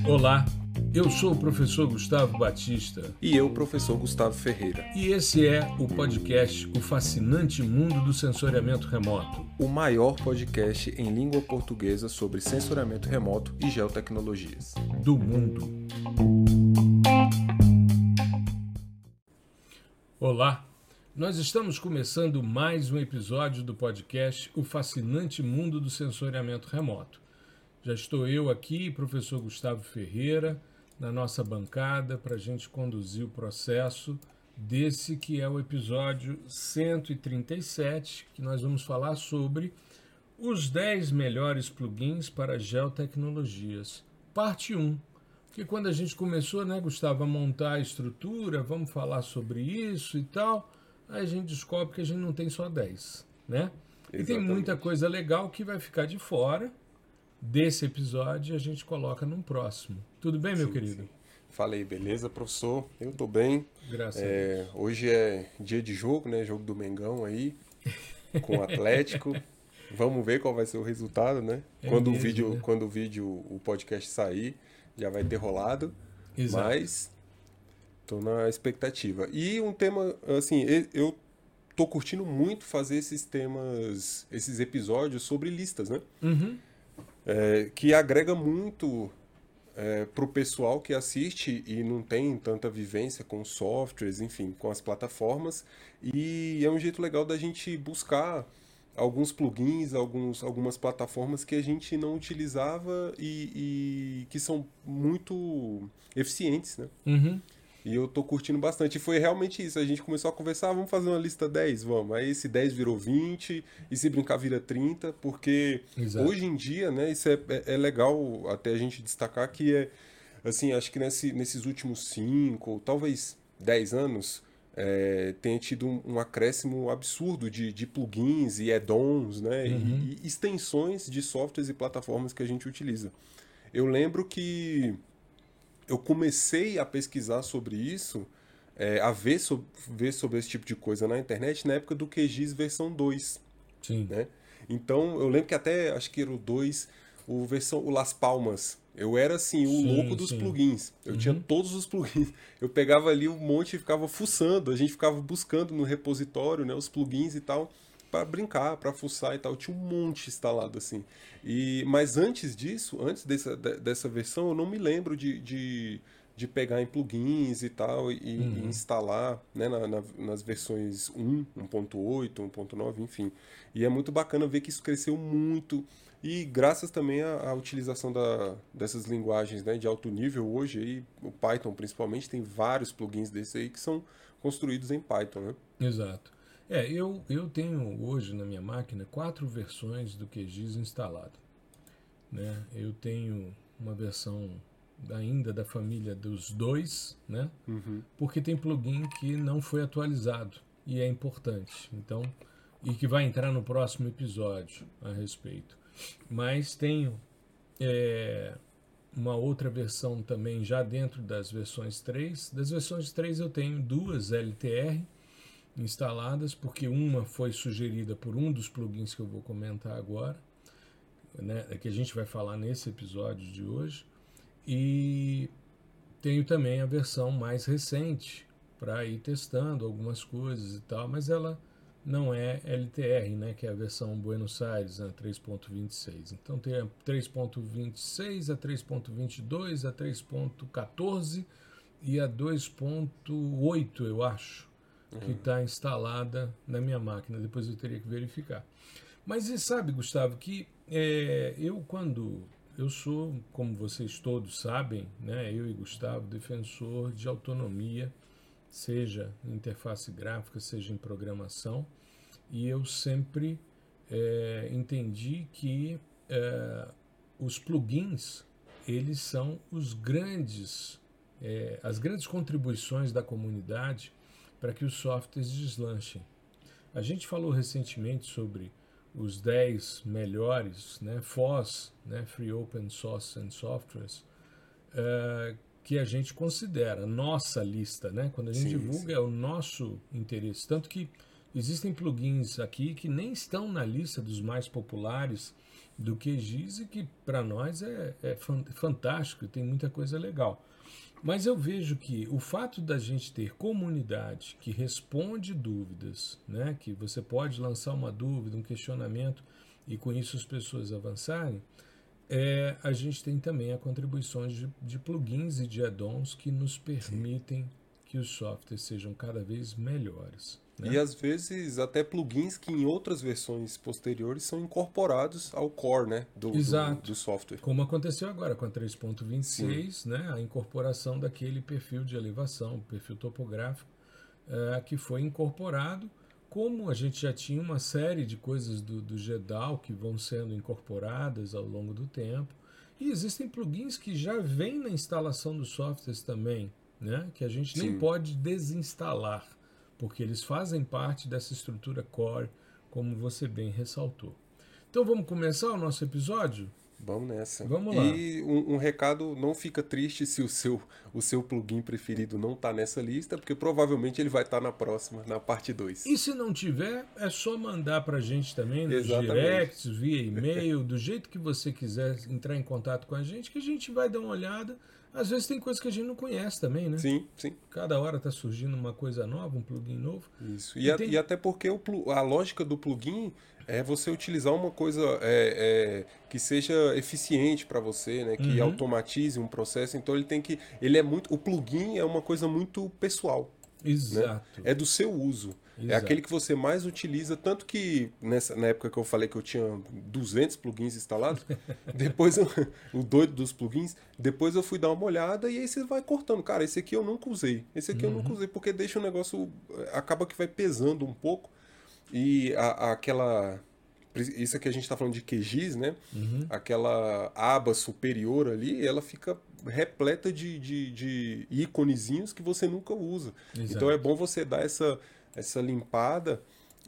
Olá, eu sou o professor Gustavo Batista. E eu, professor Gustavo Ferreira. E esse é o podcast O Fascinante Mundo do Sensoriamento Remoto. O maior podcast em língua portuguesa sobre sensoriamento remoto e geotecnologias. Do mundo. Olá, nós estamos começando mais um episódio do podcast O Fascinante Mundo do Sensoriamento Remoto. Já estou eu aqui, professor Gustavo Ferreira, na nossa bancada para a gente conduzir o processo desse que é o episódio 137, que nós vamos falar sobre os 10 melhores plugins para geotecnologias, parte 1. Porque quando a gente começou, né, Gustavo, a montar a estrutura, vamos falar sobre isso e tal, aí a gente descobre que a gente não tem só 10, né? Exatamente. E tem muita coisa legal que vai ficar de fora desse episódio e a gente coloca num próximo. Tudo bem, meu querido? Sim. Falei, beleza, professor? Eu tô bem. Graças a Deus. Hoje é dia de jogo, né? Jogo do Mengão aí, com o Atlético. Vamos ver qual vai ser o resultado, né? Quando o vídeo, o podcast sair, já vai ter rolado. Exato. Mas tô na expectativa. E um tema, assim, eu tô curtindo muito fazer esses episódios sobre listas, né? Uhum. Que agrega muito para o pessoal que assiste e não tem tanta vivência com softwares, enfim, com as plataformas. E é um jeito legal da gente buscar alguns plugins, algumas plataformas que a gente não utilizava e que são muito eficientes, né? Uhum. E eu tô curtindo bastante. E foi realmente isso. A gente começou a conversar, vamos fazer uma lista 10, vamos. Aí esse 10 virou 20, e se brincar vira 30, porque Exato. hoje em dia, né, isso é legal até a gente destacar que assim, acho que nesses últimos 5, ou talvez 10 anos, tenha tido um acréscimo absurdo de plugins e add-ons, né, e extensões de softwares e plataformas que a gente utiliza. Eu lembro que eu comecei a pesquisar sobre isso, a ver sobre esse tipo de coisa na internet na época do QGIS versão 2. Sim. Né? Então, eu lembro que até, acho que era o 2, o Las Palmas. Eu era, assim, o louco dos plugins. Eu tinha todos os plugins. Eu pegava ali um monte e ficava fuçando. A gente ficava buscando no repositório, né, os plugins e tal, para brincar, para fuçar e tal. Eu tinha um monte instalado, assim. Mas antes disso, antes dessa versão, eu não me lembro de pegar em plugins e tal e instalar, né, nas versões 1.8, 1.9, enfim. E é muito bacana ver que isso cresceu muito e graças também à utilização dessas linguagens, né, de alto nível hoje, aí, o Python principalmente, tem vários plugins desses aí que são construídos em Python, né? Exato. Eu tenho hoje na minha máquina 4 versões do QGIS instalado. Né? Eu tenho uma versão ainda da família dos 2, né? Porque tem plugin que não foi atualizado e é importante. Então, e que vai entrar no próximo episódio a respeito. Mas tenho uma outra versão também já dentro das versões 3. Das versões 3 eu tenho 2 LTR instaladas, porque uma foi sugerida por um dos plugins que eu vou comentar agora, né, que a gente vai falar nesse episódio de hoje. E tenho também a versão mais recente para ir testando algumas coisas e tal, mas ela não é LTR, né, que é a versão Buenos Aires, né, 3.26. Então tem a 3.26, a 3.22, a 3.14 e a 2.8, eu acho, que está instalada na minha máquina. Depois eu teria que verificar. Mas você sabe, Gustavo, que eu sou, como vocês todos sabem, né, eu e Gustavo, defensor de autonomia, seja em interface gráfica, seja em programação, e eu sempre entendi que os plugins, eles são as grandes contribuições da comunidade para que os softwares deslanchem. A gente falou recentemente sobre os 10 melhores, né, FOSS, né, Free Open Source and Softwares, que a gente considera nossa lista, né? Quando a gente divulga, é o nosso interesse. Tanto que existem plugins aqui que nem estão na lista dos mais populares do QGIS e que para nós é fantástico, tem muita coisa legal. Mas eu vejo que o fato da gente ter comunidade que responde dúvidas, né, que você pode lançar uma dúvida, um questionamento e com isso as pessoas avançarem, a gente tem também a contribuições de plugins e de add-ons que nos permitem que os softwares sejam cada vez melhores. Né? E às vezes até plugins que em outras versões posteriores são incorporados ao core, né, do software. Como aconteceu agora com a 3.26, né, a incorporação daquele perfil de elevação, perfil topográfico, que foi incorporado, como a gente já tinha uma série de coisas do GEDAL que vão sendo incorporadas ao longo do tempo. E existem plugins que já vêm na instalação dos softwares também, né, que a gente nem pode desinstalar, porque eles fazem parte dessa estrutura core, como você bem ressaltou. Então vamos começar o nosso episódio? Vamos nessa. Vamos lá. E um recado, não fica triste se o seu plugin preferido não está nessa lista, porque provavelmente ele vai estar na próxima, na parte 2. E se não tiver, é só mandar para a gente também nos directs, via e-mail, do jeito que você quiser entrar em contato com a gente, que a gente vai dar uma olhada. Às vezes tem coisas que a gente não conhece também, né? Sim, sim. Cada hora está surgindo uma coisa nova, um plugin novo. Isso. E até porque a lógica do plugin é você utilizar uma coisa que seja eficiente para você, né? Que automatize um processo. Então o plugin é uma coisa muito pessoal. Exato. Né? É do seu uso. Exato. É aquele que você mais utiliza, tanto que na época que eu falei que eu tinha 200 plugins instalados, depois o doido dos plugins, depois eu fui dar uma olhada e aí você vai cortando. Cara, esse aqui eu nunca usei. Esse aqui eu nunca usei, porque deixa o negócio, acaba que vai pesando um pouco. E isso que a gente está falando de QGIS, né? Aquela aba superior ali, ela fica repleta de íconezinhos que você nunca usa. Exato. Então é bom você dar essa limpada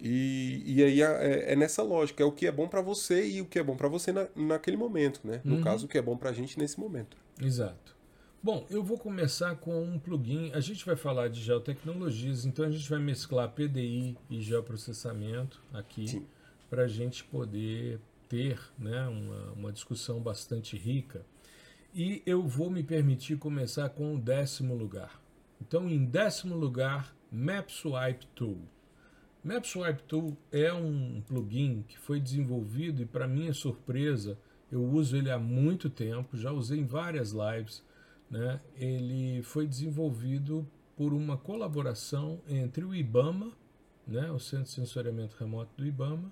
e aí é nessa lógica. É o que é bom para você e o que é bom para você naquele momento, né? No caso, o que é bom para a gente nesse momento. Exato. Bom, eu vou começar com um plugin. A gente vai falar de geotecnologias, então a gente vai mesclar PDI e geoprocessamento aqui para a gente poder ter, né, uma discussão bastante rica. E eu vou me permitir começar com o 10º lugar. Então, em 10º lugar, MapSwipe Tool. MapSwipe Tool é um plugin que foi desenvolvido e, para minha surpresa, eu uso ele há muito tempo, já usei em várias lives, né? Ele foi desenvolvido por uma colaboração entre o IBAMA, né, o Centro de Sensoriamento Remoto do IBAMA,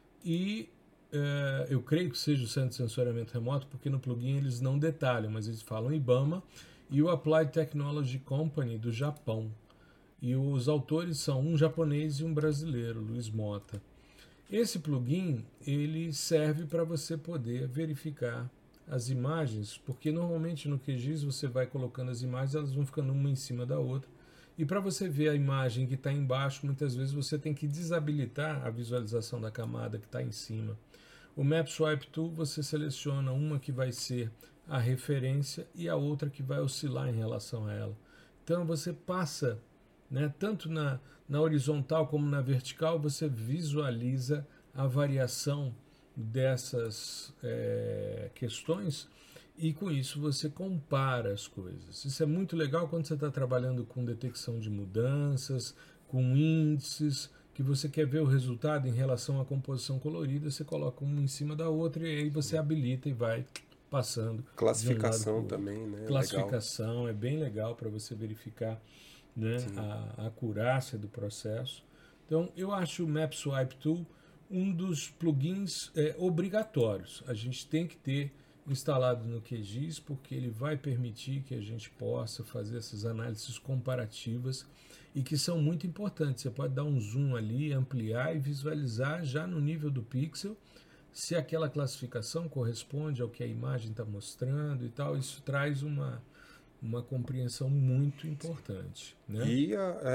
e eu creio que seja o Centro de Sensoriamento Remoto, porque no plugin eles não detalham, mas eles falam IBAMA, e o Applied Technology Company do Japão. E os autores são um japonês e um brasileiro, Luiz Mota. Esse plugin ele serve para você poder verificar as imagens, porque normalmente no QGIS você vai colocando as imagens, elas vão ficando uma em cima da outra. E para você ver a imagem que está embaixo, muitas vezes você tem que desabilitar a visualização da camada que está em cima. O MapSwipe Tool, você seleciona uma que vai ser a referência e a outra que vai oscilar em relação a ela. Então você passa, né, tanto na horizontal como na vertical, você visualiza a variação dessas questões e com isso você compara as coisas. Isso é muito legal quando você está trabalhando com detecção de mudanças, com índices, que você quer ver o resultado em relação à composição colorida, você coloca uma em cima da outra e aí você habilita e vai passando. Classificação também, né? Classificação legal. É bem legal para você verificar, né, a acurácia do processo. Então, eu acho o MapSwipe Tool um dos plugins obrigatórios. A gente tem que ter instalado no QGIS, porque ele vai permitir que a gente possa fazer essas análises comparativas e que são muito importantes. Você pode dar um zoom ali, ampliar e visualizar já no nível do pixel se aquela classificação corresponde ao que a imagem está mostrando e tal. Isso traz uma compreensão muito importante. Né? E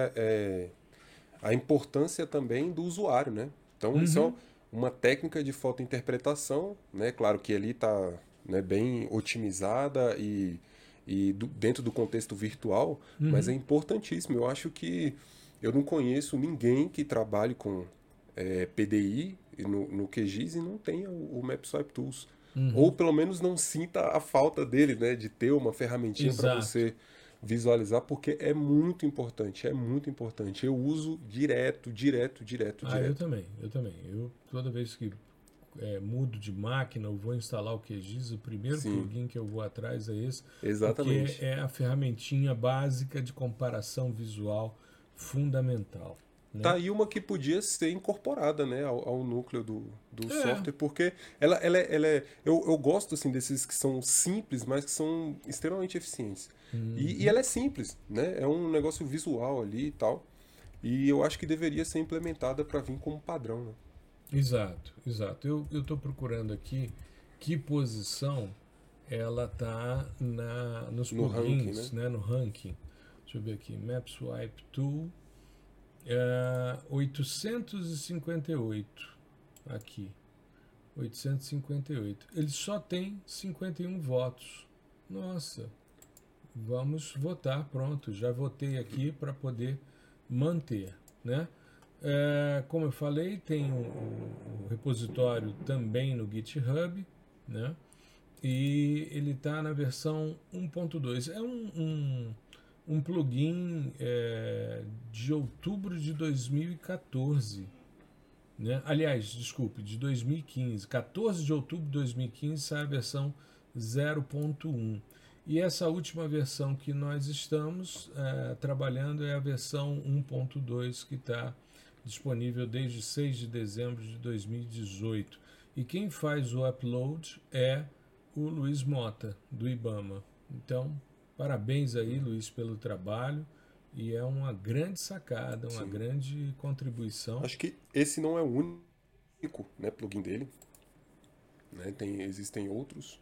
a importância também do usuário, né? Então, isso é uma técnica de fotointerpretação, né? Claro que ali está, né, bem otimizada e dentro do contexto virtual, mas é importantíssimo. Eu acho que eu não conheço ninguém que trabalhe com PDI no QGIS e não tenha o MapSwipe Tools. Ou pelo menos não sinta a falta dele, né? De ter uma ferramentinha para Exato. você visualizar, porque é muito importante, é muito importante. Eu uso direto. Eu também, eu também. Eu, toda vez que mudo de máquina ou vou instalar o QGIS, o primeiro Sim, plugin que eu vou atrás é esse, porque exatamente. é a ferramentinha básica de comparação visual fundamental, Tá né? aí uma que podia ser incorporada, né, ao núcleo do É, software, porque eu gosto assim desses que são simples, mas que são extremamente eficientes. E ela é simples, né? É um negócio visual ali e tal. E eu acho que deveria ser implementada para vir como padrão, né? exato, exato. Eu estou procurando aqui que posição ela tá nos No ranking, plugins, né? né, no ranking. Deixa eu ver aqui, MapSwipe Tool, 858 aqui, 858. Ele só tem 51 votos. Nossa, vamos votar, pronto. Já votei aqui para poder manter, né? Como eu falei, tem o repositório também no GitHub, né? E ele está na versão 1.2. É um plugin de outubro de 2014. Né? Aliás, desculpe, de 2015. 14 de outubro de 2015 sai a versão 0.1. E essa última versão que nós estamos trabalhando é a versão 1.2, que está disponível desde 6 de dezembro de 2018. E quem faz o upload é o Luiz Mota, do IBAMA. Então, parabéns aí, Luiz, pelo trabalho. E é uma grande sacada, uma Sim. grande contribuição. Acho que esse não é o único, né, plugin dele, né? Existem outros.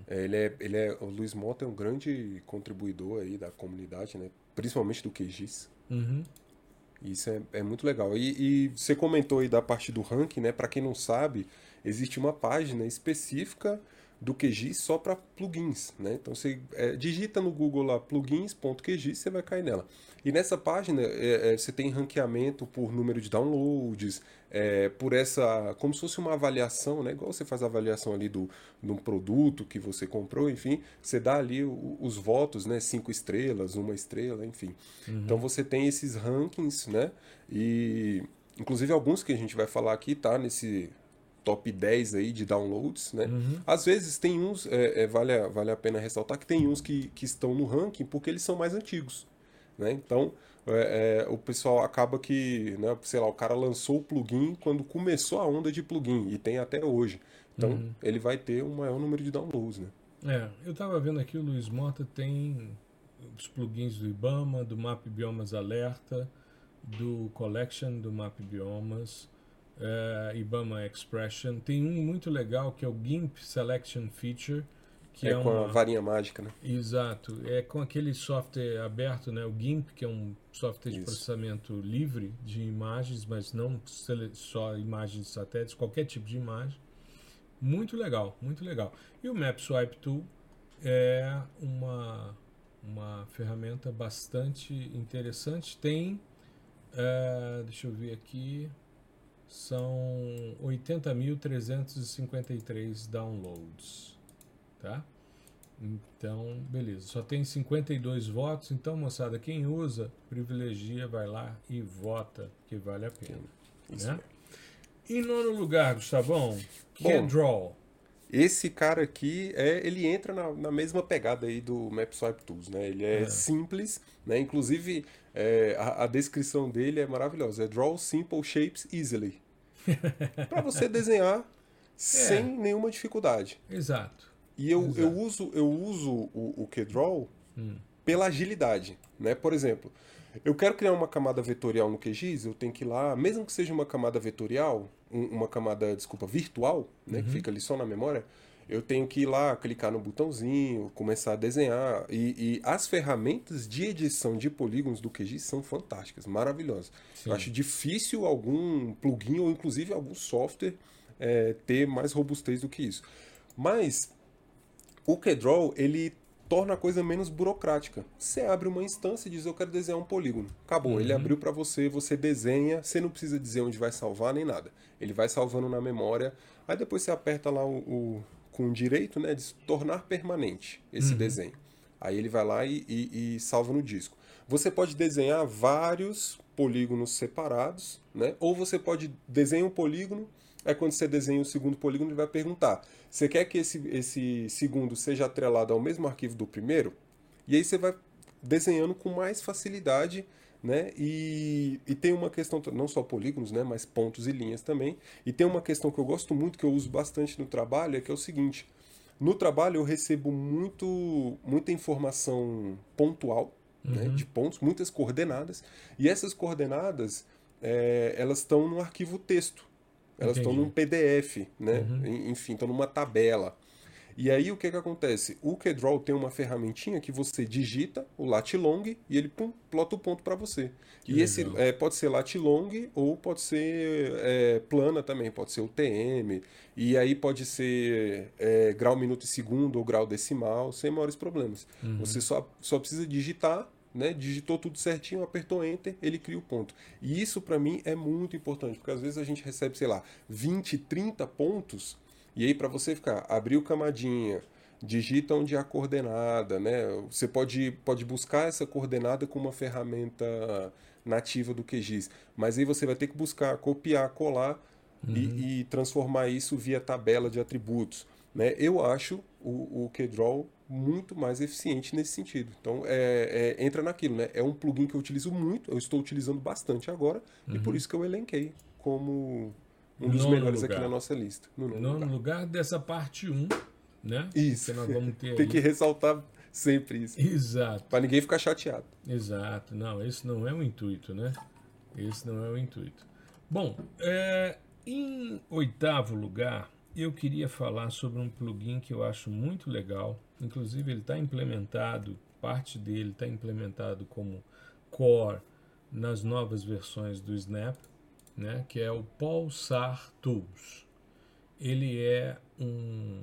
O Luiz Mota é um grande contribuidor aí da comunidade, né? Principalmente do QGIS. Uhum, Isso é muito legal. E você comentou aí da parte do ranking, né? Para quem não sabe, existe uma página específica do QGIS só para plugins, né? Então você digita no Google lá plugins.qgis, você vai cair nela. E nessa página você tem ranqueamento por número de downloads, por essa, como se fosse uma avaliação, né? Igual você faz a avaliação ali de um produto que você comprou, enfim, você dá ali os votos, né? 5 estrelas, 1 estrela, enfim. Então uhum, você tem esses rankings, né? E inclusive alguns que a gente vai falar aqui tá nesse top 10 aí de downloads, né? uhum. Às vezes tem uns, vale a pena ressaltar que tem uns que estão no ranking porque eles são mais antigos, né? Então o pessoal acaba que, né, sei lá, o cara lançou o plugin quando começou a onda de plugin e tem até hoje. Então Uhum. ele vai ter um maior número de downloads, né? Eu estava vendo aqui, o Luiz Mota tem os plugins do IBAMA, do Map Biomas Alerta, do Collection do Map Biomas, IBAMA Expression. Tem um muito legal que é o GIMP Selection Feature, que É é com a uma. varinha mágica, né? Exato, é com aquele software aberto, né? O GIMP, que é um software de Isso. processamento livre de imagens, mas não só imagens de satélites, qualquer tipo de imagem. Muito legal, muito legal. E o MapSwipe Tool é uma ferramenta bastante interessante. Tem, deixa eu ver aqui, são 80.353 downloads, tá? Então, beleza. Só tem 52 votos. Então, moçada, quem usa, privilegia, vai lá e vota, que vale a pena. Sim, isso Né? mesmo. Em nono lugar, Gustavão, Bom, Kedraw. esse cara aqui, ele entra na mesma pegada aí do MapSwipe Tools, né? Ele é É. simples, né? Inclusive, a descrição dele é maravilhosa. É Draw Simple Shapes Easily. Para você desenhar sem É, nenhuma dificuldade. exato. E eu Exato. uso o QDraw pela agilidade, né? Por exemplo, eu quero criar uma camada vetorial no QGIS, eu tenho que ir lá, mesmo que seja uma camada vetorial, uma camada, desculpa, virtual, né, que fica ali só na memória, eu tenho que ir lá, clicar no botãozinho, começar a desenhar. E as ferramentas de edição de polígonos do QGIS são fantásticas, maravilhosas. Eu Sim. acho difícil algum plugin ou inclusive algum software ter mais robustez do que isso. Mas o QDraw, ele torna a coisa menos burocrática. Você abre uma instância e diz, eu quero desenhar um polígono. Acabou, ele abriu para você, você desenha, você não precisa dizer onde vai salvar nem nada. Ele vai salvando na memória, aí depois você aperta lá com o direito, né, de tornar permanente esse desenho. Aí ele vai lá e salva no disco. Você pode desenhar vários polígonos separados, né? Ou você pode desenhar um polígono, aí quando você desenha o segundo polígono, ele vai perguntar, você quer que esse segundo seja atrelado ao mesmo arquivo do primeiro? E aí você vai desenhando com mais facilidade, né? E tem uma questão, não só polígonos, né? Mas pontos e linhas também. E tem uma questão que eu gosto muito, que eu uso bastante no trabalho, é que é o seguinte, no trabalho eu recebo muita informação pontual, né, de pontos, muitas coordenadas, e essas coordenadas elas estão no arquivo texto, elas estão num PDF, né, enfim, estão numa tabela. E aí o que acontece? O KDraw tem uma ferramentinha que você digita o lat-long e ele plota o ponto para você. Que e legal. esse pode ser lat-long ou pode ser plana também, pode ser UTM. E aí pode ser grau, minuto e segundo ou grau decimal, sem maiores problemas. Você só precisa digitar, né? Digitou tudo certinho, apertou Enter, ele cria o ponto. E isso para mim é muito importante, porque às vezes a gente recebe, sei lá, 20, 30 pontos. E aí, para você abriu camadinha, digita onde é a coordenada, né? Você pode buscar essa coordenada com uma ferramenta nativa do QGIS. Mas aí você vai ter que buscar, copiar, colar e transformar isso via tabela de atributos, né? Eu acho o KDraw muito mais eficiente nesse sentido. Então, entra naquilo, né? É um plugin que eu utilizo muito, eu estou utilizando bastante agora, e por isso que eu elenquei como um dos melhores aqui na nossa lista. No nono lugar dessa parte 1, né? Isso. Que nós vamos ter Tem aí. que ressaltar sempre isso. Exato. Para ninguém ficar chateado. Exato. Não, esse não é o intuito, né? Esse não é o intuito. Bom, em oitavo lugar, eu queria falar sobre um plugin que eu acho muito legal. Inclusive, ele está implementado, parte dele está implementado como core nas novas versões do Snap, né, que é o Pulsar Tools. Ele é um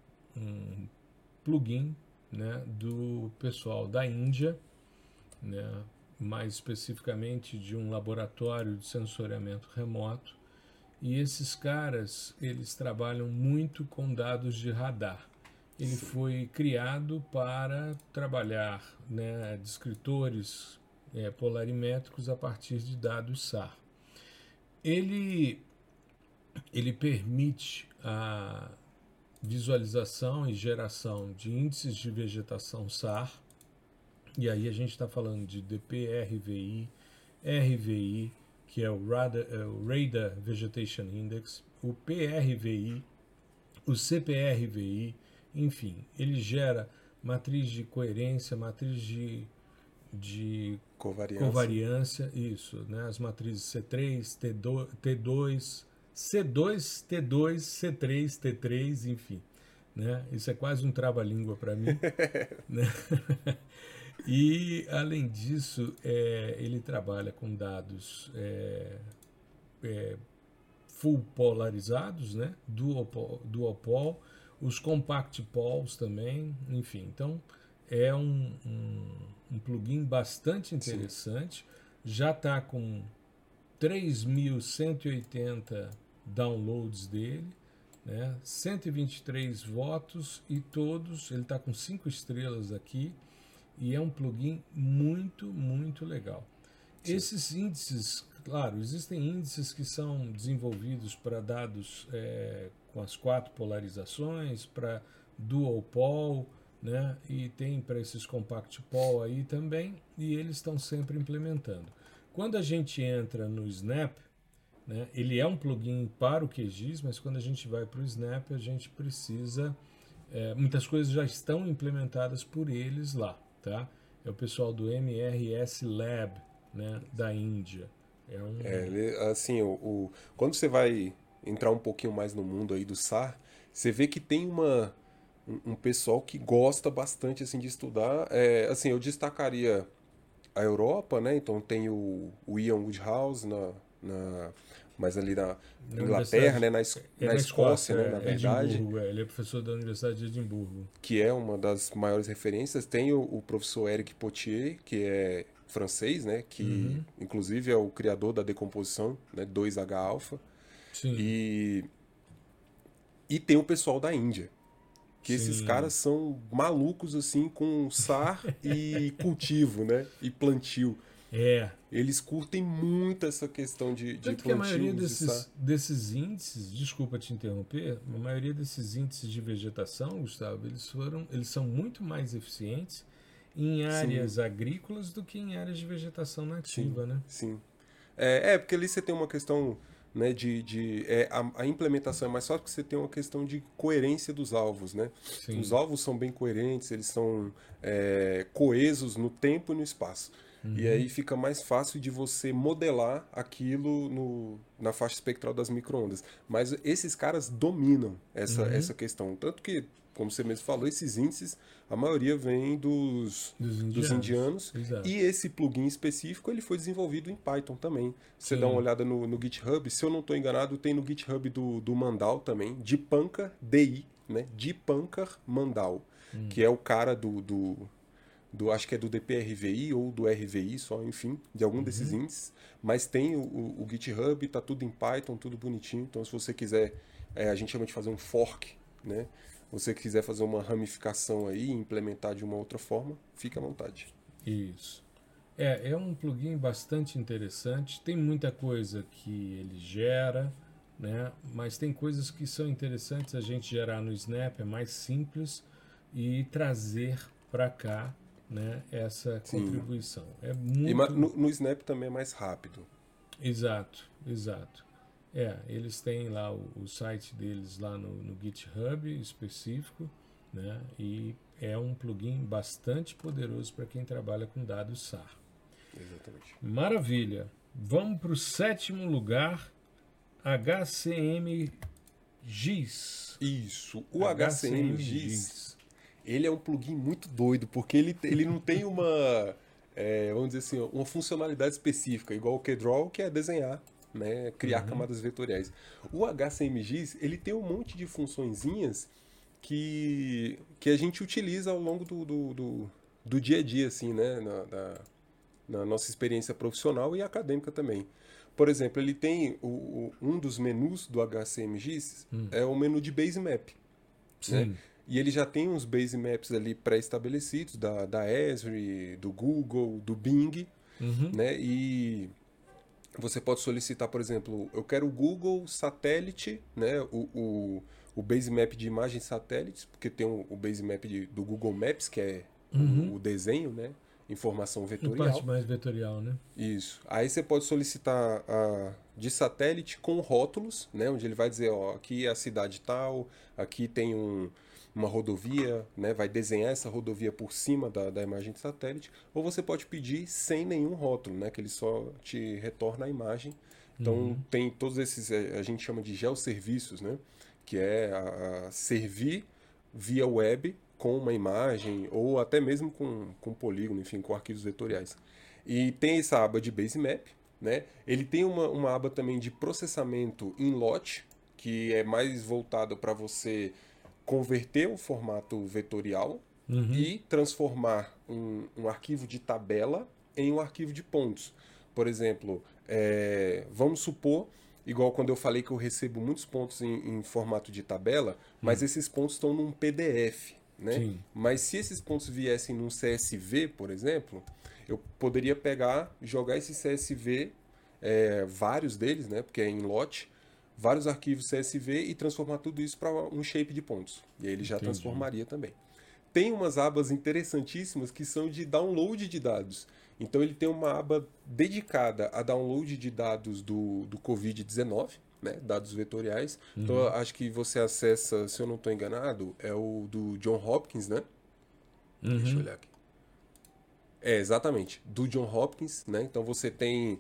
plugin, né, do pessoal da Índia, né, mais especificamente de um laboratório de sensoriamento remoto. E esses caras, eles trabalham muito com dados de radar. Ele foi criado para trabalhar, né, descritores polarimétricos a partir de dados SAR. Ele permite a visualização e geração de índices de vegetação SAR, e aí a gente está falando de DP, RVI, RVI, que é o Radar Vegetation Index, o PRVI, o CPRVI, enfim, ele gera matriz de coerência, matriz de covariância, isso, né? As matrizes C3, T2, C2, T2, C3, T3, enfim, né? Isso é quase um trava-língua para mim, né? E, além disso, ele trabalha com dados full polarizados, né? Dual pol, os compact pols também, enfim. Então, é um plugin bastante interessante. Sim. Já está com 3.180 downloads dele, né? 123 votos e todos, ele está com 5 estrelas aqui, e é um plugin muito, muito legal. Sim. Esses índices, claro, existem índices que são desenvolvidos para dados com as 4 polarizações, para dual pol, né? E tem para esses compact pol aí também, e eles estão sempre implementando. Quando a gente entra no Snap, né, ele é um plugin para o QGIS, mas quando a gente vai para o Snap, a gente precisa... muitas coisas já estão implementadas por eles lá, tá? É o pessoal do MRS Lab, né, da Índia. Assim, quando você vai entrar um pouquinho mais no mundo aí do SAR, você vê que tem um pessoal que gosta bastante assim, de estudar. Assim, eu destacaria a Europa, né? Então tem o Ian Woodhouse mas ali na Inglaterra, né, na Escócia, né, na verdade. Ele é professor da Universidade de Edimburgo. Que é uma das maiores referências. Tem o professor Eric Potier, que é francês, né, que inclusive é o criador da decomposição, né, 2H-alfa. Sim. E tem o pessoal da Índia, que Sim. esses caras são malucos assim com SAR e cultivo, né, e plantio. Eles curtem muito essa questão de tanto que a maioria desses índices, desculpa te interromper, a maioria desses índices de vegetação, Gustavo, eles são muito mais eficientes em áreas agrícolas do que em áreas de vegetação nativa, né? Sim. Porque ali você tem uma questão, né, a implementação é mais fácil porque você tem uma questão de coerência dos alvos, né? Sim. Os alvos são bem coerentes, eles são coesos no tempo e no espaço. E aí fica mais fácil de você modelar aquilo na faixa espectral das microondas. Mas esses caras dominam essa questão. Tanto que, como você mesmo falou, esses índices, a maioria vem dos indianos. Exato. E esse plugin específico ele foi desenvolvido em Python também. Você dá uma olhada no GitHub, se eu não estou enganado, tem no GitHub do Mandal também, Dipankar DI, né? Dipankar Mandal, que é o cara acho que é do DPRVI ou do RVI só, enfim, de algum desses índices, mas tem o GitHub, tá tudo em Python, tudo bonitinho, então se você quiser, a gente chama de fazer um fork, né? Se você quiser fazer uma ramificação aí, implementar de uma outra forma, fique à vontade. Isso. É um plugin bastante interessante, tem muita coisa que ele gera, né? Mas tem coisas que são interessantes a gente gerar no Snap, é mais simples, e trazer para cá, né, essa contribuição. É muito... no Snap também é mais rápido. Exato. Eles têm lá o site deles lá no GitHub específico, né, e é um plugin bastante poderoso para quem trabalha com dados SAR. Exatamente. Maravilha. Vamos para o 7º lugar, HCM GIS. Isso, o HCM GIS. Ele é um plugin muito doido, porque ele não tem vamos dizer assim, uma funcionalidade específica, igual o KDraw, que é desenhar, né, criar camadas vetoriais. O HCMGIS, ele tem um monte de funçõezinhas que a gente utiliza ao longo do dia a dia, assim, né, na nossa experiência profissional e acadêmica também. Por exemplo, ele tem um dos menus do HCMGIS, é o menu de basemap. Né? E ele já tem uns basemaps ali pré-estabelecidos da Esri, do Google, do Bing, né? E você pode solicitar, por exemplo, eu quero o Google satélite, né? O basemap de imagens satélites, porque tem o basemap do Google Maps, que é o desenho, né? Informação vetorial. A parte mais vetorial, né? Isso. Aí você pode solicitar de satélite com rótulos, né? Onde ele vai dizer, ó, aqui é a cidade tal, aqui tem uma rodovia, né? Vai desenhar essa rodovia por cima da imagem de satélite. Ou você pode pedir sem nenhum rótulo, né? Que ele só te retorna a imagem. Então tem todos esses, a gente chama de geoserviços, né? Que é servir via web com uma imagem, ou até mesmo com polígono, enfim, com arquivos vetoriais. E tem essa aba de basemap, né? Ele tem uma aba também de processamento em lote, que é mais voltado para você converter o formato vetorial e transformar um arquivo de tabela em um arquivo de pontos. Por exemplo, vamos supor, igual quando eu falei que eu recebo muitos pontos em formato de tabela, mas esses pontos estão num PDF. Né? Mas se esses pontos viessem num CSV, por exemplo, eu poderia pegar, jogar esse CSV, vários deles, né? Porque é em lote, vários arquivos CSV e transformar tudo isso para um shape de pontos. E aí ele já transformaria também. Tem umas abas interessantíssimas que são de download de dados. Então ele tem uma aba dedicada a download de dados do Covid-19, né, dados vetoriais. Então acho que você acessa, se eu não estou enganado, é o do John Hopkins, né? Deixa eu olhar aqui. Exatamente, do John Hopkins, né? Então você tem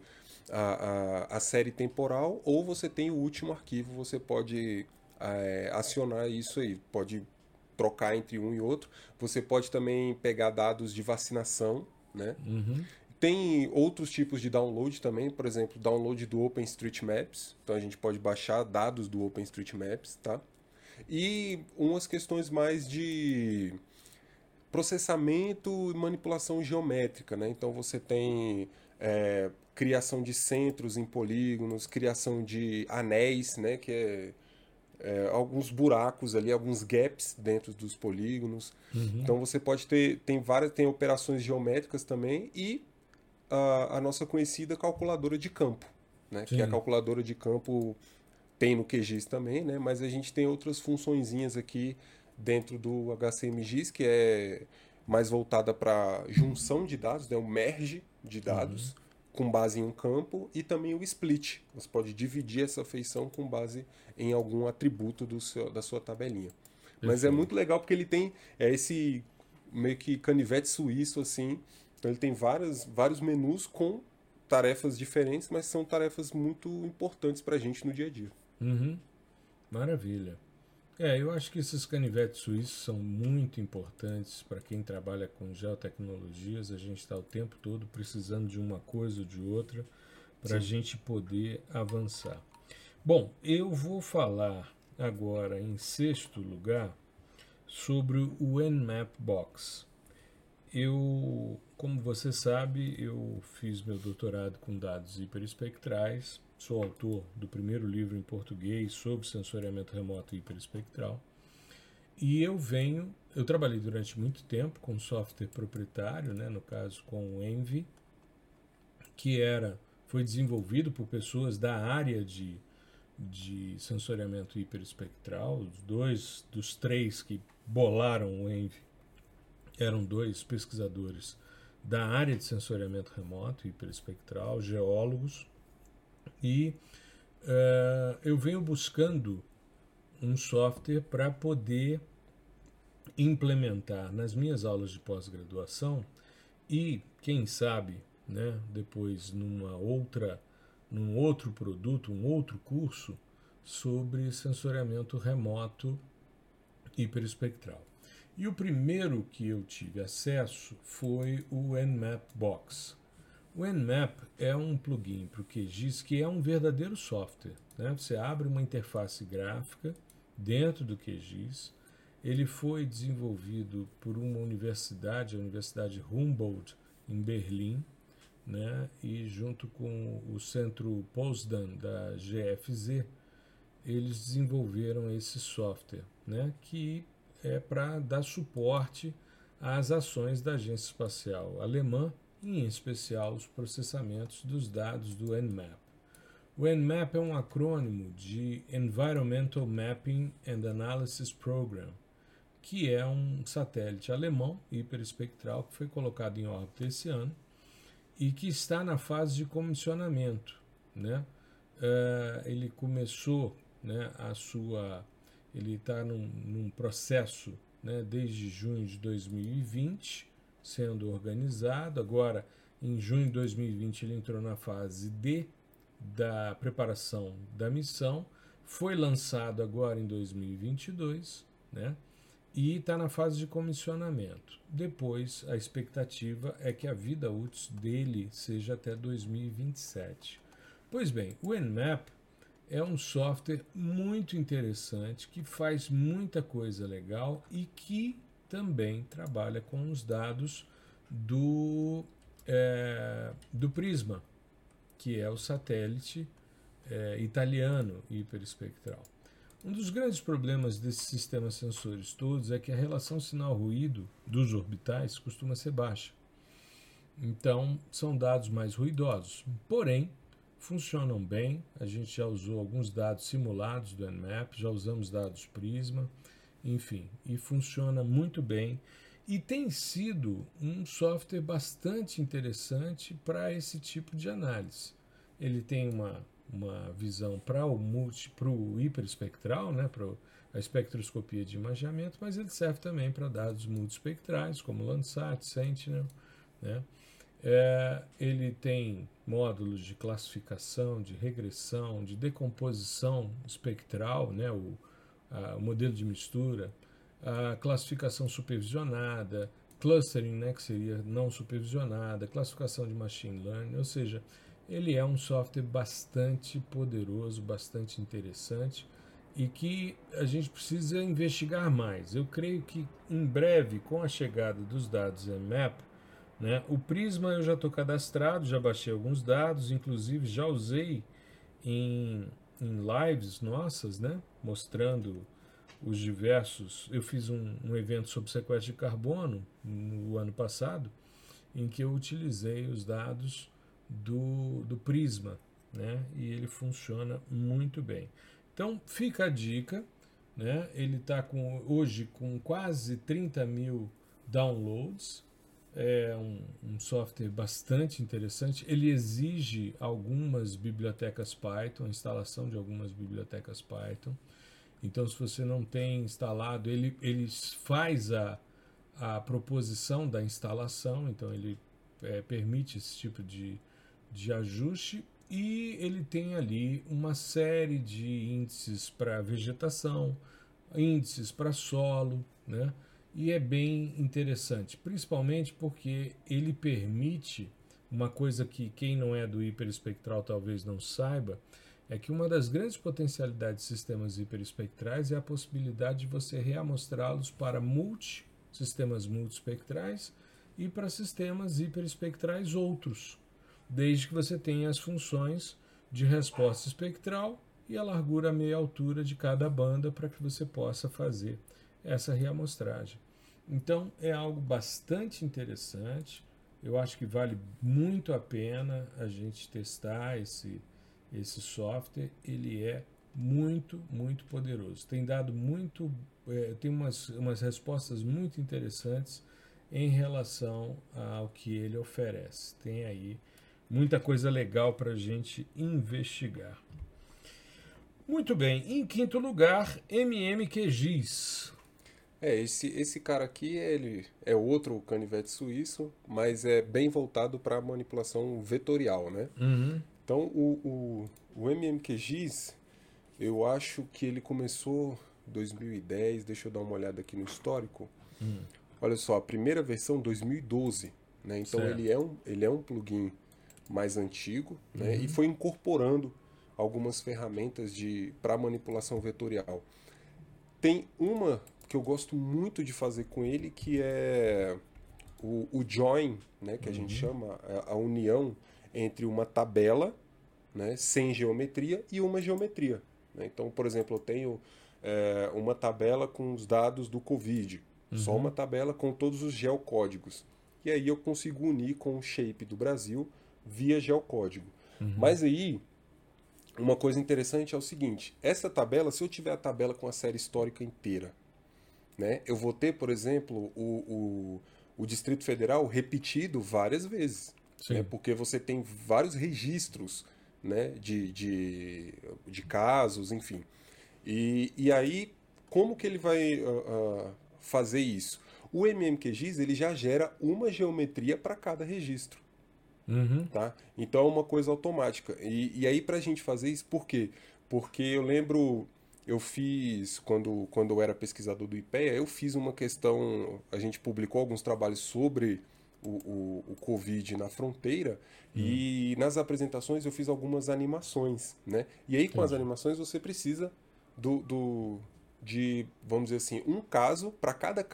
a série temporal ou você tem o último arquivo, você pode acionar isso aí, pode trocar entre um e outro. Você pode também pegar dados de vacinação, né? Tem outros tipos de download também, por exemplo, download do OpenStreetMaps. Então a gente pode baixar dados do OpenStreetMaps, tá? E umas questões mais de processamento e manipulação geométrica, né? Então você tem criação de centros em polígonos, criação de anéis, né? Que alguns buracos ali, alguns gaps dentro dos polígonos. Então você pode ter, tem operações geométricas também e a nossa conhecida calculadora de campo, né? Que a Sim. calculadora de campo tem no QGIS também, né? Mas a gente tem outras funçõezinhas aqui dentro do HCMGIS, que é mais voltada para junção de dados, né? O merge de dados com base em um campo e também o split. Você pode dividir essa feição com base em algum atributo da sua tabelinha. Mas é muito Perfeito. legal porque ele tem esse meio que canivete suíço assim. Então ele tem vários menus com tarefas diferentes, mas são tarefas muito importantes para a gente no dia a dia. Uhum. Maravilha. Eu acho que esses canivetes suíços são muito importantes para quem trabalha com geotecnologias. A gente está o tempo todo precisando de uma coisa ou de outra para a Sim. gente poder avançar. Bom, eu vou falar agora, em sexto lugar, sobre o Nmap Box. Como você sabe, eu fiz meu doutorado com dados hiperespectrais, sou autor do primeiro livro em português sobre sensoriamento remoto hiperespectral, e eu trabalhei durante muito tempo com software proprietário, né, no caso com o Envy, que foi desenvolvido por pessoas da área de sensoriamento hiperespectral. Os dois dos três que bolaram o Envy eram dois pesquisadores da área de sensoriamento remoto hiperespectral, geólogos, e eu venho buscando um software para poder implementar nas minhas aulas de pós-graduação e, quem sabe, né, depois num outro produto, um outro curso sobre sensoriamento remoto hiperespectral. E o primeiro que eu tive acesso foi o Nmap Box. O Nmap é um plugin para o QGIS que é um verdadeiro software, né? Você abre uma interface gráfica dentro do QGIS. Ele foi desenvolvido por uma universidade, a Universidade Humboldt, em Berlim, né? E junto com o Centro Potsdam da GFZ, eles desenvolveram esse software, né? Que é para dar suporte às ações da Agência Espacial Alemã, e em especial os processamentos dos dados do Nmap. O Nmap é um acrônimo de Environmental Mapping and Analysis Program, que é um satélite alemão hiperespectral que foi colocado em órbita esse ano e que está na fase de comissionamento, né? Ele começou, né, ele está num processo, né, desde junho de 2020, sendo organizado. Agora, em junho de 2020, ele entrou na fase D da preparação da missão, foi lançado agora em 2022, né? E está na fase de comissionamento. Depois, a expectativa é que a vida útil dele seja até 2027. Pois bem, o Nmap é um software muito interessante que faz muita coisa legal e que também trabalha com os dados do Prisma, que é o satélite italiano hiperespectral. Um dos grandes problemas desses sistemas sensores todos é que a relação sinal-ruído dos orbitais costuma ser baixa. Então, são dados mais ruidosos. Porém, funcionam bem. A gente já usou alguns dados simulados do Nmap, já usamos dados Prisma, enfim, e funciona muito bem. E tem sido um software bastante interessante para esse tipo de análise. Ele tem uma visão para o hiperespectral, né, para a espectroscopia de imageamento, mas ele serve também para dados multiespectrais, como Landsat, Sentinel, né? Ele tem módulos de classificação, de regressão, de decomposição espectral, né, o modelo de mistura, a classificação supervisionada, clustering, né, que seria não supervisionada, classificação de machine learning, ou seja, ele é um software bastante poderoso, bastante interessante e que a gente precisa investigar mais. Eu creio que em breve, com a chegada dos dados Mmap, né, o Prisma eu já estou cadastrado, já baixei alguns dados, inclusive já usei em lives nossas, né, mostrando os diversos. Eu fiz um evento sobre sequestro de carbono no ano passado, em que eu utilizei os dados do Prisma, né? E ele funciona muito bem. Então fica a dica, né? Ele está hoje com quase 30 mil downloads. É um software bastante interessante. Ele exige algumas bibliotecas Python, a instalação de algumas bibliotecas Python. Então, se você não tem instalado, ele faz a proposição da instalação, então ele permite esse tipo de ajuste e ele tem ali uma série de índices para vegetação, índices para solo, né? E é bem interessante, principalmente porque ele permite uma coisa que quem não é do hiperespectral talvez não saiba, é que uma das grandes potencialidades de sistemas hiperespectrais é a possibilidade de você reamostrá-los para sistemas multiespectrais e para sistemas hiperespectrais outros, desde que você tenha as funções de resposta espectral e a largura, a meia altura de cada banda para que você possa fazer essa reamostragem. Então é algo bastante interessante, eu acho que vale muito a pena a gente testar esse software. Ele é muito, muito poderoso. Tem dado tem umas respostas muito interessantes em relação ao que ele oferece. Tem aí muita coisa legal para a gente investigar. Muito bem, em quinto lugar, MMQGIS. Esse cara aqui, ele é outro canivete suíço, mas é bem voltado para manipulação vetorial, né? Uhum. Então, o MMQGIS, eu acho que ele começou em 2010, deixa eu dar uma olhada aqui no histórico. Olha só, a primeira versão 2012, né? Então Certo. ele é um plugin mais antigo, né? E foi incorporando algumas ferramentas para manipulação vetorial. Tem uma que eu gosto muito de fazer com ele, que é o join, né? Que a gente chama a união entre uma tabela, né, sem geometria e uma geometria, né? Então, por exemplo, eu tenho uma tabela com os dados do Covid, só uma tabela com todos os geocódigos. E aí eu consigo unir com o shape do Brasil via geocódigo. Mas aí, uma coisa interessante é o seguinte, essa tabela, se eu tiver a tabela com a série histórica inteira, né, eu vou ter, por exemplo, o Distrito Federal repetido várias vezes, né, porque você tem vários registros, né, de casos, enfim. E aí, como que ele vai fazer isso? O MMQGIS ele já gera uma geometria para cada registro. Tá? Então é uma coisa automática. E aí, para a gente fazer isso, por quê? Porque eu lembro, eu fiz, quando eu era pesquisador do IPEA, eu fiz uma questão, a gente publicou alguns trabalhos sobre o Covid na fronteira, e nas apresentações eu fiz algumas animações, né? E aí com as animações você precisa de, vamos dizer assim, um caso, para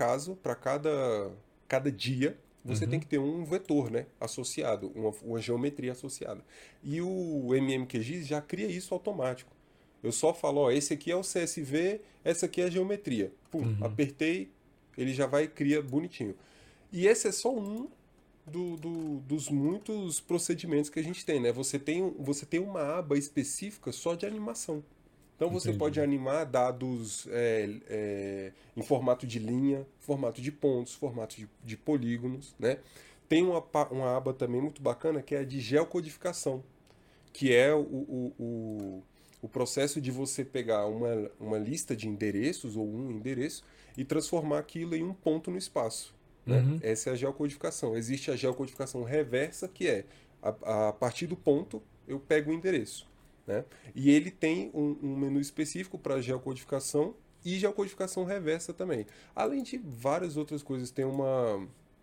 cada dia, você tem que ter um vetor, né, associado, uma geometria associada. E o MMQGIS já cria isso automático. Eu só falo, ó, esse aqui é o CSV, essa aqui é a geometria. Pum, apertei, ele já vai e cria bonitinho. E esse é só um dos muitos procedimentos que a gente tem, né? Você tem uma aba específica só de animação. Então você pode animar dados em formato de linha, formato de pontos, formato de polígonos, né? Tem uma aba também muito bacana que é a de geocodificação, que é o processo de você pegar uma lista de endereços ou um endereço e transformar aquilo em um ponto no espaço, né? Essa é a geocodificação. Existe a geocodificação reversa, que é a partir do ponto eu pego o endereço, né? E ele tem um menu específico para geocodificação e geocodificação reversa também. Além de várias outras coisas, tem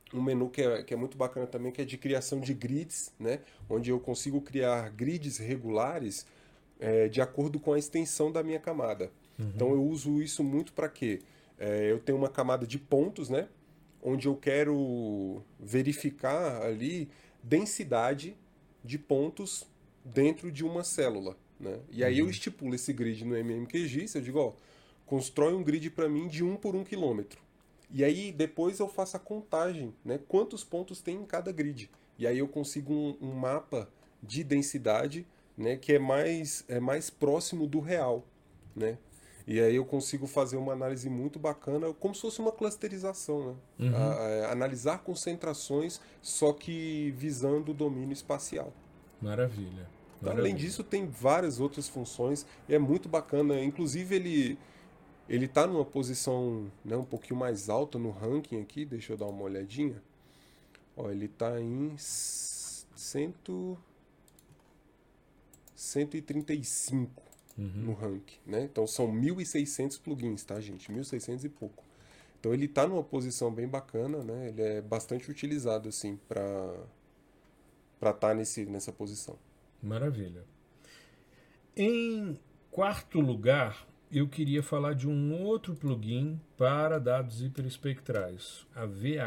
um menu que é muito bacana também, que é de criação de grids, né? Onde eu consigo criar grids regulares de acordo com a extensão da minha camada. Então Uhum. eu uso isso muito para quê? Eu tenho uma camada de pontos, né? Onde eu quero verificar ali densidade de pontos dentro de uma célula, né? E aí eu Uhum. estipulo esse grid no MMQGIS, eu digo, ó, constrói um grid para mim de 1 por 1 quilômetro. E aí depois eu faço a contagem, né? Quantos pontos tem em cada grid. E aí eu consigo um mapa de densidade, né? Que é mais próximo do real, né? E aí eu consigo fazer uma análise muito bacana, como se fosse uma clusterização, né? Uhum. Analisar concentrações, só que visando o domínio espacial. Maravilha, Além maravilha. disso, tem várias outras funções, e é muito bacana. Inclusive, ele está numa posição, né, um pouquinho mais alta no ranking aqui, deixa eu dar uma olhadinha. Ó, ele está em 135 no Uhum. ranking, né? Então são 1.600 plugins, tá, gente? 1.600 e pouco. Então ele está numa posição bem bacana, né? Ele é bastante utilizado assim para estar nessa posição. Maravilha. Em quarto lugar, eu queria falar de um outro plugin para dados hiperespectrais, a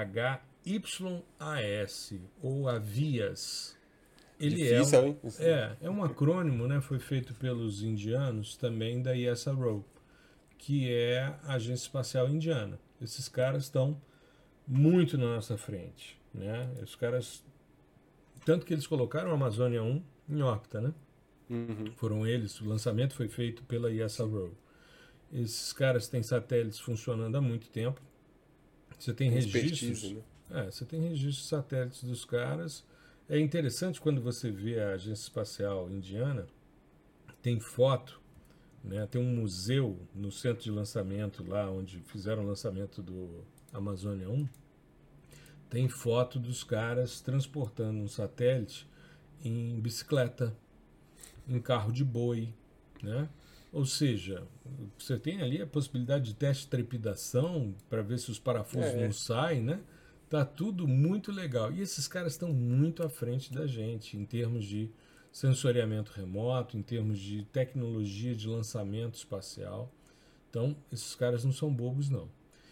VHYAS, ou a VIAS. Ele Difícil, hein? é um acrônimo, né? Foi feito pelos indianos também da ESRO, que é a Agência Espacial Indiana. Esses caras estão muito na nossa frente, né? Os caras, tanto que eles colocaram a Amazônia 1 em órbita, né? Uhum. Foram eles, o lançamento foi feito pela Sim. ESRO. Esses caras têm satélites funcionando há muito tempo. Você tem Tem expertise, registros, né? você tem registros de satélites dos caras. É interessante quando você vê a Agência Espacial Indiana, tem foto, né? Tem um museu no centro de lançamento lá onde fizeram o lançamento do Amazônia 1. Tem foto dos caras transportando um satélite em bicicleta, em carro de boi, né? Ou seja, você tem ali a possibilidade de teste de trepidação para ver se os parafusos não É, saem, né? Tá tudo muito legal. E esses caras estão muito à frente da gente em termos de sensoriamento remoto, em termos de tecnologia de lançamento espacial. Então, esses caras não são bobos, não.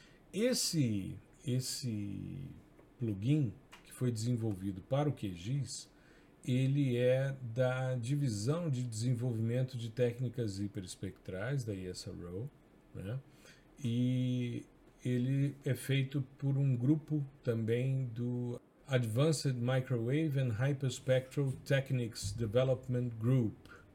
Esse plugin que foi desenvolvido para o QGIS, ele é da divisão de desenvolvimento de técnicas hiperespectrais da ESRO, né? E ele é feito por um grupo também do Advanced Microwave and Hyperspectral Techniques Development Group,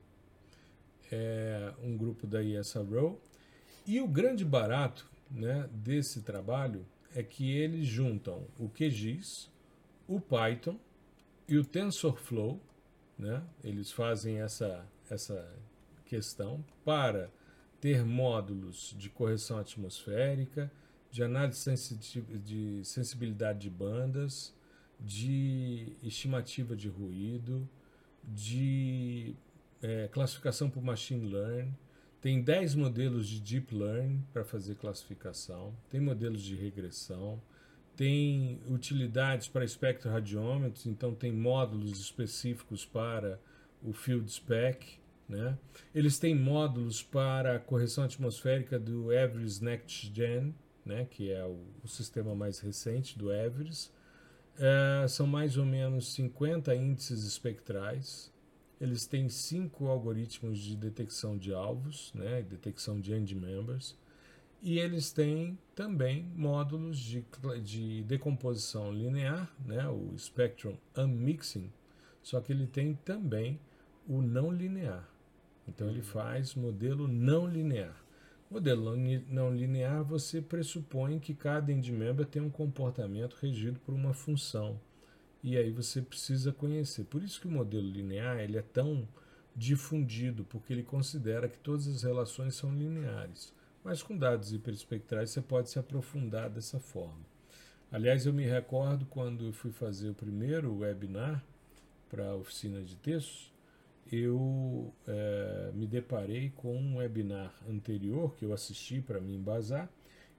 é um grupo da ESRO. E o grande barato, né, desse trabalho é que eles juntam o QGIS, o Python e o TensorFlow, né? Eles fazem essa questão para ter módulos de correção atmosférica, de análise de sensibilidade de bandas, de estimativa de ruído, de classificação por machine learning. Tem 10 modelos de deep learning para fazer classificação, tem modelos de regressão, tem utilidades para espectroradiômetros, então tem módulos específicos para o field spec, né? Eles têm módulos para a correção atmosférica do Everest Next Gen, né? Que é o sistema mais recente do Everest. São mais ou menos 50 índices espectrais. Eles têm 5 algoritmos de detecção de alvos, né? Detecção de end members. E eles têm também módulos de decomposição linear, né, o Spectrum Unmixing, só que ele tem também o não linear. Então ele faz modelo não linear. Modelo não linear, você pressupõe que cada endmember tem um comportamento regido por uma função. E aí você precisa conhecer. Por isso que o modelo linear ele é tão difundido, porque ele considera que todas as relações são lineares. Mas com dados hiperespectrais você pode se aprofundar dessa forma. Aliás, eu me recordo quando eu fui fazer o primeiro webinar para a oficina de textos, eu me deparei com um webinar anterior que eu assisti para me embasar,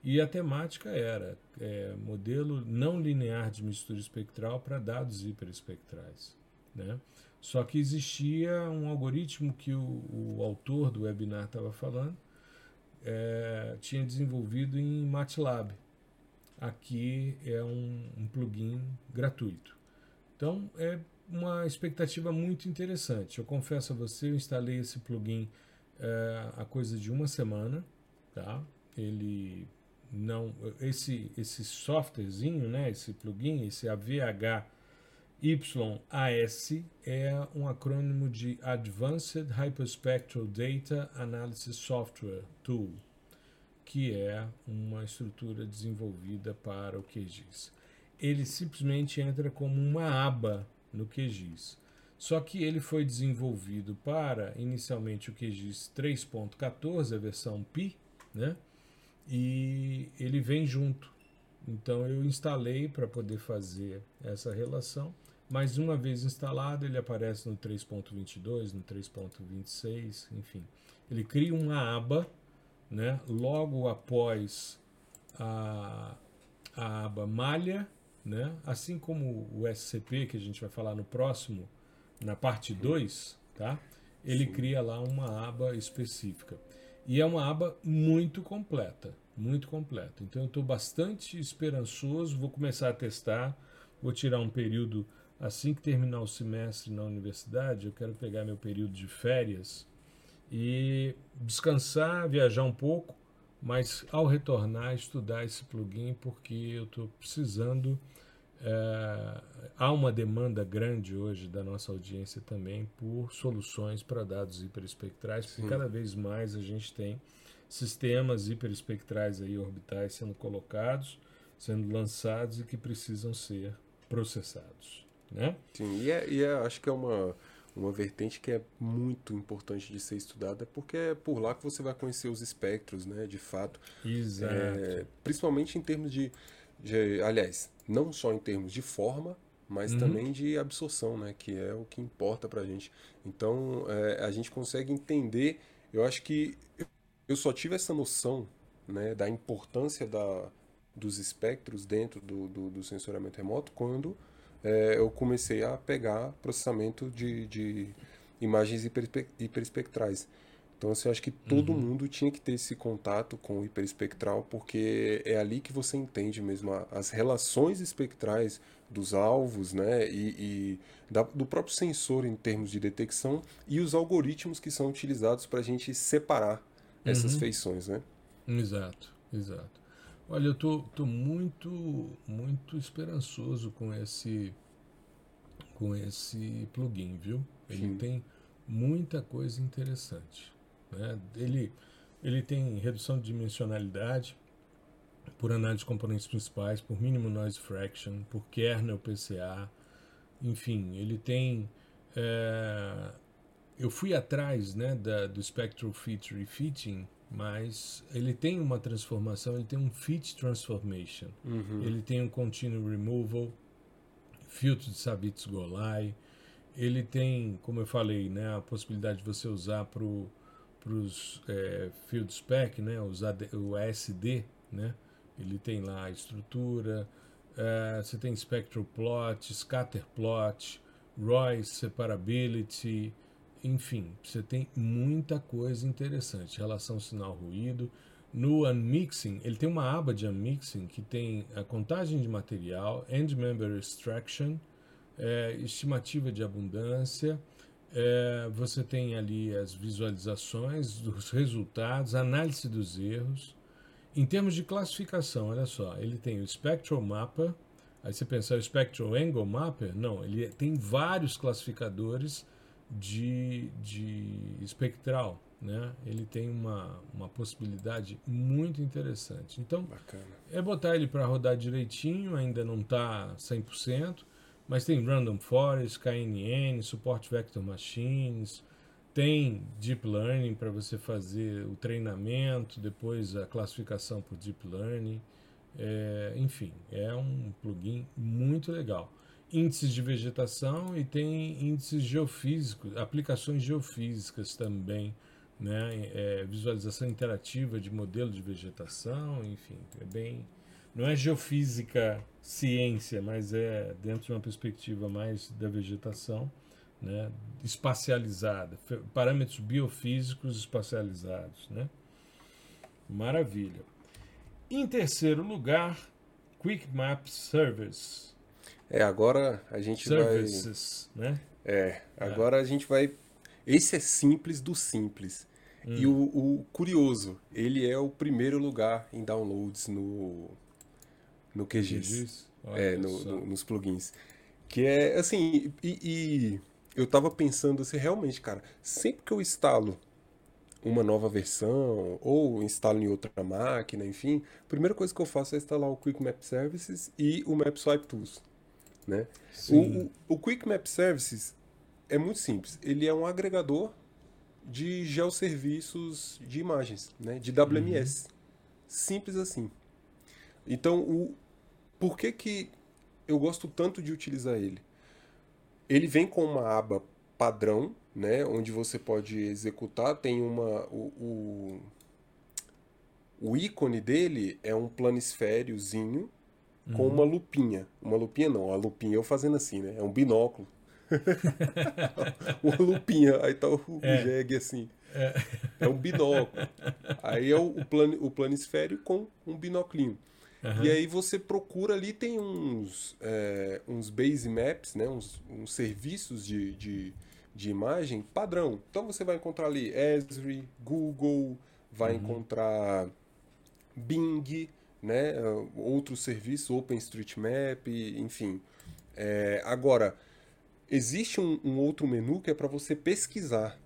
E a temática era modelo não linear de mistura espectral para dados hiperespectrais, né? Só que existia um algoritmo que o autor do webinar estava falando, tinha desenvolvido em MATLAB. Aqui é um plugin gratuito. Então é uma expectativa muito interessante. Eu confesso a você, eu instalei esse plugin há coisa de uma semana, tá? Ele não, esse softwarezinho, né? Esse plugin, esse AVHYAS é um acrônimo de Advanced Hyperspectral Data Analysis Software Tool, que é uma estrutura desenvolvida para o QGIS. Ele simplesmente entra como uma aba no QGIS. Só que ele foi desenvolvido para, inicialmente, o QGIS 3.14, a versão Pi, né? E ele vem junto. Então eu instalei para poder fazer essa relação, mas uma vez instalado ele aparece no 3.22, no 3.26, enfim. Ele cria uma aba, né? Logo após a aba malha, né? Assim como o SCP, que a gente vai falar no próximo, na parte 2, tá? Ele cria lá uma aba específica. E é uma aba muito completa, muito completa. Então eu estou bastante esperançoso, vou começar a testar, vou tirar um período assim que terminar o semestre na universidade, eu quero pegar meu período de férias e descansar, viajar um pouco, mas ao retornar estudar esse plugin porque eu estou precisando. Há uma demanda grande hoje da nossa audiência também por soluções para dados hiperespectrais, porque cada vez mais a gente tem sistemas hiperespectrais aí orbitais sendo colocados, sendo lançados e que precisam ser processados, né? Sim, acho que é uma vertente que é muito importante de ser estudada, porque é por lá que você vai conhecer os espectros, né, de fato. Exato. Principalmente em termos aliás, não só em termos de forma, mas também de absorção, né, que é o que importa pra gente. Então, a gente consegue entender, eu acho que eu só tive essa noção, né, da importância dos espectros dentro do sensoriamento remoto quando eu comecei a pegar processamento de imagens hiperespectrais. Então, assim, eu acho que todo mundo tinha que ter esse contato com o hiperespectral, porque é ali que você entende mesmo as relações espectrais dos alvos, né, do próprio sensor em termos de detecção e os algoritmos que são utilizados para a gente separar essas feições, né? Exato, exato. Olha, eu tô muito, muito esperançoso com esse plugin, viu? Ele Sim. tem muita coisa interessante, né? Ele tem redução de dimensionalidade por análise de componentes principais, por mínimo noise fraction, por kernel PCA, enfim, ele tem eu fui atrás, né, do Spectral Fit Refitting, mas ele tem uma transformação, ele tem um Fit Transformation, ele tem um Continuum Removal, filtro de Sabitz Golai, ele tem, como eu falei, né, a possibilidade de você usar para os Field Spec, né, o ASD, né, ele tem lá a estrutura, você tem Spectral Plot, Scatter Plot, Royce Separability, enfim, você tem muita coisa interessante. Relação sinal-ruído. No Unmixing, ele tem uma aba de Unmixing que tem a contagem de material, End Member Extraction, estimativa de abundância, você tem ali as visualizações dos resultados, análise dos erros. Em termos de classificação, olha só, ele tem o Spectral Mapper, aí você pensa o Spectral Angle Mapper, não, ele tem vários classificadores de espectral, né? Ele tem uma possibilidade muito interessante. Então, Bacana. é botar ele para rodar direitinho, ainda não está 100%, mas tem Random Forest, KNN, Support Vector Machines, tem Deep Learning para você fazer o treinamento, depois a classificação por Deep Learning. Enfim, é um plugin muito legal. Índices de vegetação e tem índices geofísicos, aplicações geofísicas também né? Visualização interativa de modelo de vegetação, enfim, não é geofísica ciência, mas é dentro de uma perspectiva mais da vegetação, né? Espacializada, parâmetros biofísicos espacializados, né? Maravilha. Em terceiro lugar, Quick Map Service. Agora a gente Services, vai. Né? Agora a gente vai. Esse é simples do simples. E o curioso, ele é o primeiro lugar em downloads no QGIS. Nos plugins. Que é assim, e eu tava pensando assim, realmente, cara, sempre que eu instalo uma nova versão ou instalo em outra máquina, enfim, a primeira coisa que eu faço é instalar o Quick Map Services e o Map Swipe Tools, né? O Quick Map Services é muito simples. Ele é um agregador de geosserviços de imagens, né? De WMS. Simples assim. Então, por que eu gosto tanto de utilizar ele? Ele vem com uma aba padrão, né? Onde você pode executar. Tem o ícone dele é um planisfériozinho com uma lupinha. Uma lupinha não, a lupinha eu fazendo assim, né? É um binóculo. Uma lupinha, aí tá o jegue assim. É um binóculo. Aí é o planisfério com um binoclinho. E aí você procura ali, tem uns base maps, né? uns serviços de imagem padrão. Então você vai encontrar ali Esri, Google, vai encontrar Bing, né? Outros serviços, OpenStreetMap, enfim. Agora, existe um outro menu que é para você pesquisar.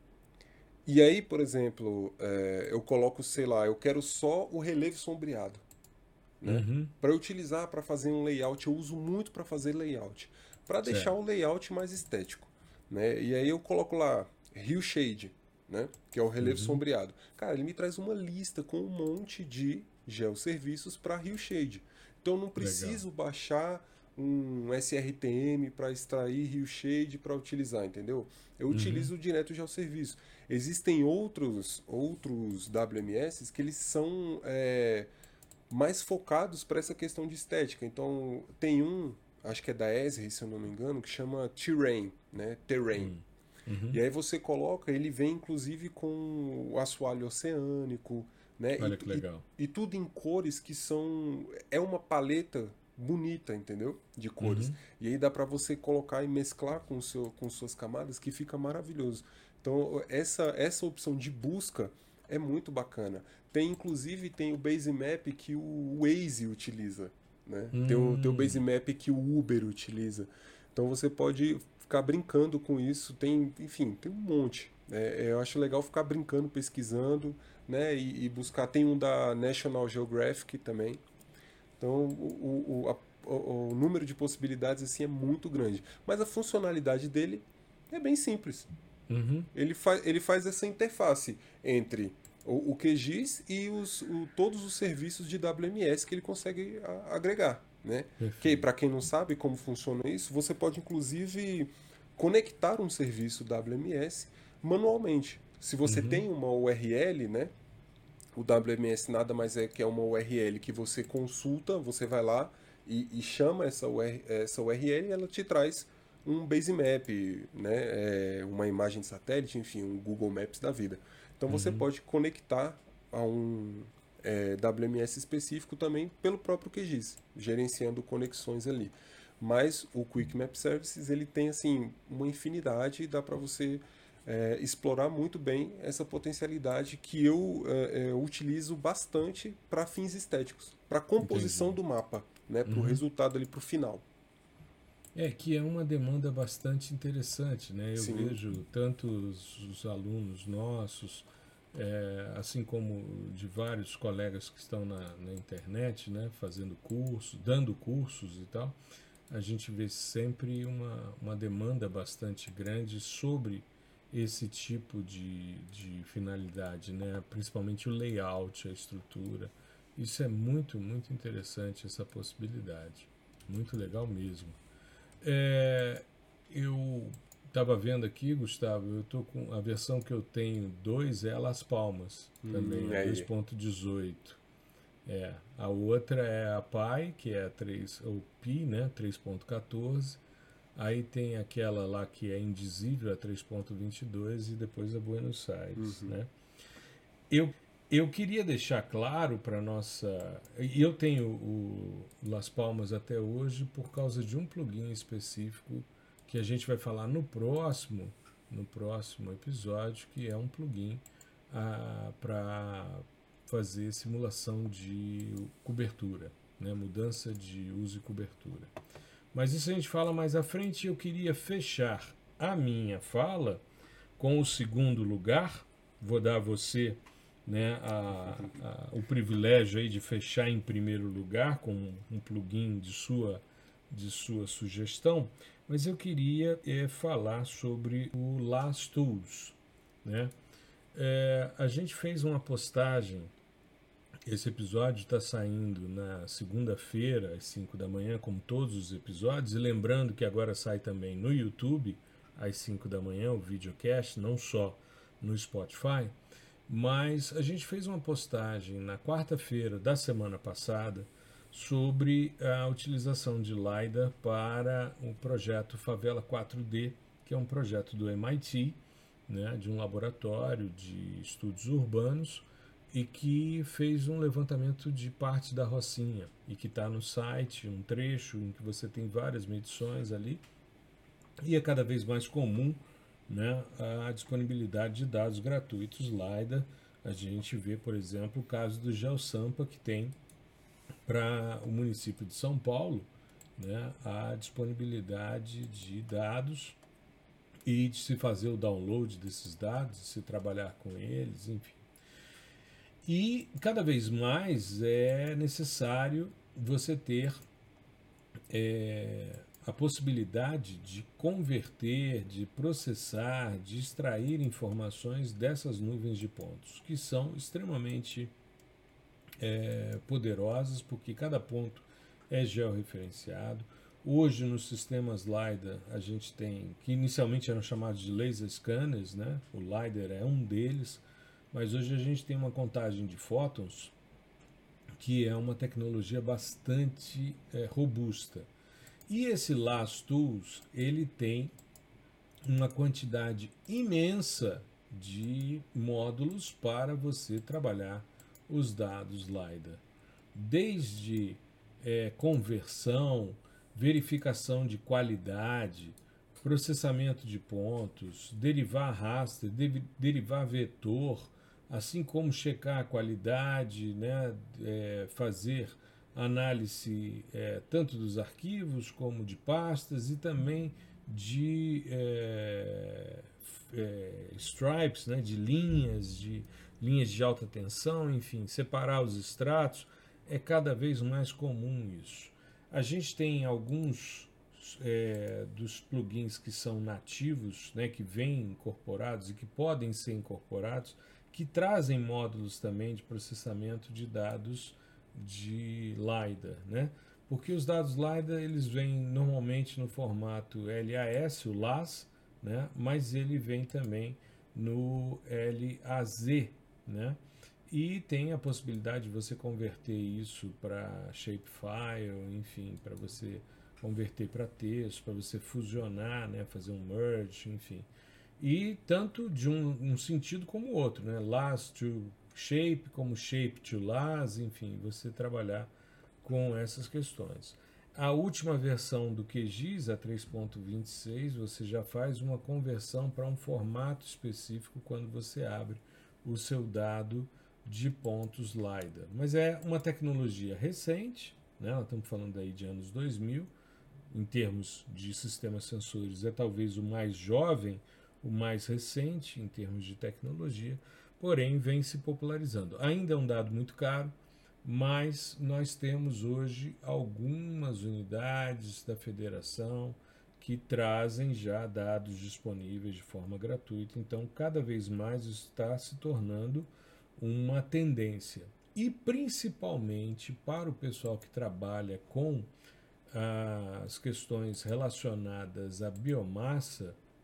E aí, por exemplo, eu coloco, sei lá, eu quero só o relevo sombreado. Né? Para utilizar para fazer um layout, eu uso muito para fazer layout. Para deixar o layout mais estético. Né? E aí eu coloco lá Hue Shade, né? Que é o relevo sombreado. Cara, ele me traz uma lista com um monte de geosserviços para Hue Shade. Então eu não preciso baixar um SRTM para extrair Hue Shade para utilizar, entendeu? Eu utilizo direto o geosserviço. Existem outros WMS que eles são mais focados para essa questão de estética. Então, tem acho que é da Esri, se eu não me engano, que chama Terrain, né? Terrain. E aí você coloca, ele vem inclusive com o assoalho oceânico, né? Olha que legal. E tudo em cores que são... É uma paleta bonita, entendeu? De cores. E aí dá para você colocar e mesclar com suas camadas, que fica maravilhoso. Então, essa opção de busca é muito bacana. Inclusive tem o base map que o Waze utiliza, né? Tem o base map que o Uber utiliza. Então você pode ficar brincando com isso. Enfim, tem um monte. Eu acho legal ficar brincando, pesquisando, né? E buscar. Tem um da National Geographic também. Então o número de possibilidades assim é muito grande. Mas a funcionalidade dele é bem simples. Ele faz essa interface entre o QGIS e todos os serviços de WMS que ele consegue agregar, né? Que, para quem não sabe como funciona isso, você pode inclusive conectar um serviço WMS manualmente. Se você tem uma URL, né? O WMS nada mais é que é uma URL que você consulta, você vai lá e chama essa URL e ela te traz um base map, né? Uma imagem de satélite, enfim, um Google Maps da vida. Então você pode conectar a um WMS específico também pelo próprio QGIS, gerenciando conexões ali. Mas o Quick Map Services ele tem assim uma infinidade e dá para você explorar muito bem essa potencialidade que eu utilizo bastante para fins estéticos, para composição do mapa, né, para o resultado ali, para o final. Que é uma demanda bastante interessante, né? Eu Sim. vejo tanto os alunos nossos, assim como de vários colegas que estão na internet, né? Fazendo cursos, dando cursos e tal, a gente vê sempre uma demanda bastante grande sobre esse tipo de finalidade, né? Principalmente o layout, a estrutura. Isso é muito, muito interessante, essa possibilidade. Muito legal mesmo. Eu estava vendo aqui, Gustavo, eu tô com a versão que eu tenho 2 é a Las Palmas, também, a 2.18. A outra é a Pi, que é a 3, ou Pi, né, 3.14. Aí tem aquela lá que é indizível, a 3.22, e depois a Buenos Aires, né? Eu queria deixar claro para nossa... E eu tenho o Las Palmas até hoje por causa de um plugin específico que a gente vai falar no próximo episódio, que é um plugin para fazer simulação de cobertura, né? Mudança de uso e cobertura. Mas isso a gente fala mais à frente. Eu queria fechar a minha fala com o segundo lugar. Vou dar a você, né, o privilégio aí de fechar em primeiro lugar com um plugin de sua sugestão, mas eu queria falar sobre o Las Tools, né? A gente fez uma postagem, esse episódio está saindo na segunda-feira às 5 da manhã, como todos os episódios, e lembrando que agora sai também no YouTube às 5 da manhã o videocast, não só no Spotify. Mas a gente fez uma postagem na quarta-feira da semana passada sobre a utilização de LiDAR para o projeto Favela 4D, que é um projeto do MIT, né, de um laboratório de estudos urbanos, e que fez um levantamento de partes da Rocinha, e que está no site, um trecho em que você tem várias medições ali, e é cada vez mais comum, né, a disponibilidade de dados gratuitos LiDAR. A gente vê, por exemplo, o caso do GeoSampa, que tem para o município de São Paulo, né, a disponibilidade de dados e de se fazer o download desses dados, de se trabalhar com eles, enfim. E cada vez mais é necessário você ter a possibilidade de converter, de processar, de extrair informações dessas nuvens de pontos, que são extremamente poderosas, porque cada ponto é georreferenciado. Hoje, nos sistemas LiDAR, a gente tem, que inicialmente eram chamados de laser scanners, né? O LiDAR é um deles, mas hoje a gente tem uma contagem de fótons, que é uma tecnologia bastante robusta. E esse Las Tools, ele tem uma quantidade imensa de módulos para você trabalhar os dados LiDAR. Desde conversão, verificação de qualidade, processamento de pontos, derivar raster, derivar vetor, assim como checar a qualidade, né, fazer análise tanto dos arquivos como de pastas e também de stripes, né, de linhas de alta tensão, enfim, separar os extratos. É cada vez mais comum isso. A gente tem alguns dos plugins que são nativos, né, que vêm incorporados e que podem ser incorporados, que trazem módulos também de processamento de dados de LiDAR, né? Porque os dados LiDAR eles vêm normalmente no formato LAS, o LAS, né? Mas ele vem também no LAZ, né? E tem a possibilidade de você converter isso para shapefile, enfim, para você converter para texto, para você fusionar, né? Fazer um merge, enfim. E tanto de um sentido como o outro, né? LAS to shape, como shape to LAS, enfim, você trabalhar com essas questões. A última versão do QGIS, a 3.26, você já faz uma conversão para um formato específico quando você abre o seu dado de pontos LiDAR. Mas é uma tecnologia recente, né? Nós estamos falando aí de anos 2000, em termos de sistemas sensores, é talvez o mais jovem, o mais recente em termos de tecnologia, porém vem se popularizando. Ainda é um dado muito caro, mas nós temos hoje algumas unidades da federação que trazem já dados disponíveis de forma gratuita, então cada vez mais está se tornando uma tendência. E principalmente para o pessoal que trabalha com as questões relacionadas à biomassa,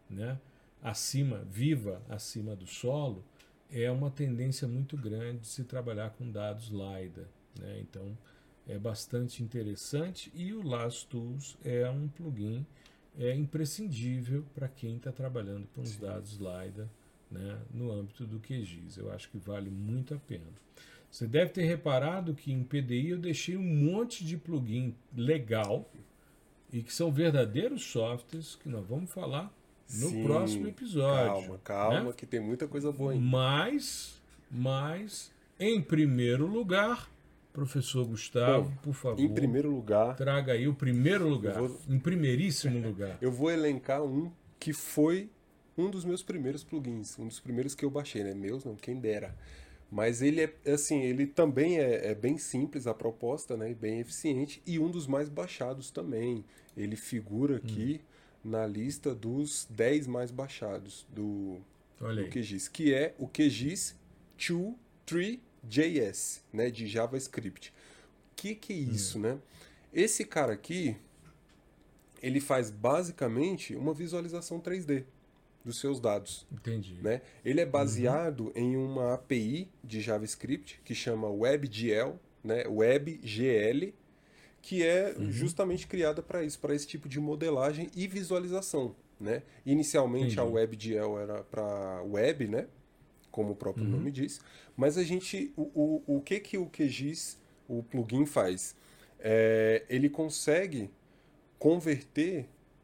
né, viva acima do solo, é uma tendência muito grande de se trabalhar com dados LiDAR, né? Então é bastante interessante, e o LastTools é um plugin imprescindível para quem está trabalhando com os dados LiDAR, né, no âmbito do QGIS. Eu acho que vale muito a pena. Você deve ter reparado que em PDI eu deixei um monte de plugin legal e que são verdadeiros softwares que nós vamos falar no próximo episódio. Calma, né? que tem muita coisa boa aí. Mas, em primeiro lugar, professor Gustavo, por favor, em primeiro lugar, traga aí o primeiro lugar, em primeiríssimo lugar. Eu vou elencar um que foi um dos meus primeiros plugins, um dos primeiros que eu baixei, né? Meus não, quem dera. Mas ele ele também é bem simples a proposta, né? Bem eficiente, e um dos mais baixados também. Ele figura aqui na lista dos 10 mais baixados do QGIS, que é o QGIS 2.3JS, né? De JavaScript. O que é isso, né? Esse cara aqui, ele faz basicamente uma visualização 3D dos seus dados. Entendi. Né? Ele é baseado em uma API de JavaScript que chama WebGL, né? WebGL, que é justamente criada para isso, para esse tipo de modelagem e visualização. Né? Inicialmente a WebGL era para web, né? Como o próprio nome diz, mas o que o QGIS, o plugin, faz? Ele consegue converter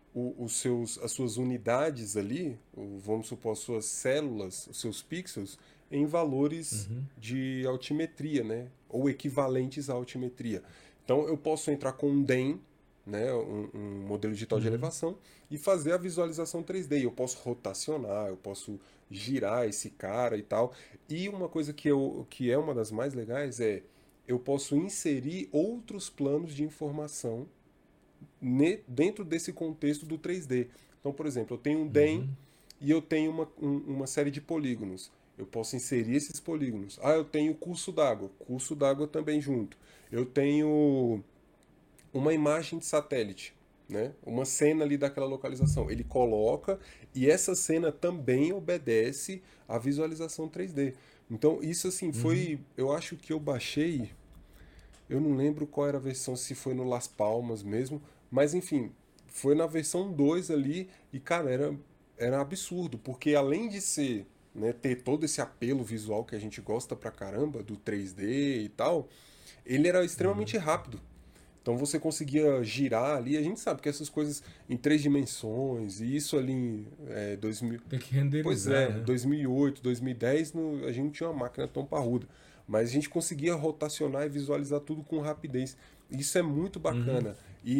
as suas unidades ali, vamos supor, as suas células, os seus pixels, em valores de altimetria, né? Ou equivalentes à altimetria. Então eu posso entrar com um DEM, né? um modelo digital de elevação, e fazer a visualização 3D. Eu posso rotacionar, eu posso girar esse cara e tal. E uma coisa que é uma das mais legais é eu posso inserir outros planos de informação dentro desse contexto do 3D. Então, por exemplo, eu tenho um DEM e eu tenho uma série de polígonos. Eu posso inserir esses polígonos. Eu tenho curso d'água também junto. Eu tenho uma imagem de satélite, né? Uma cena ali daquela localização. Ele coloca, e essa cena também obedece à visualização 3D. Então, isso assim foi... Eu acho que eu baixei... Eu não lembro qual era a versão, se foi no Las Palmas mesmo, mas enfim, foi na versão 2 ali, e cara, era absurdo, porque além de ser, né, ter todo esse apelo visual que a gente gosta pra caramba, do 3D e tal, ele era extremamente rápido. Então você conseguia girar ali, a gente sabe que essas coisas em 3 dimensões, e isso ali em 2000... Tem que renderizar, né? 2008, 2010, a gente não tinha uma máquina tão parruda. Mas a gente conseguia rotacionar e visualizar tudo com rapidez. Isso é muito bacana.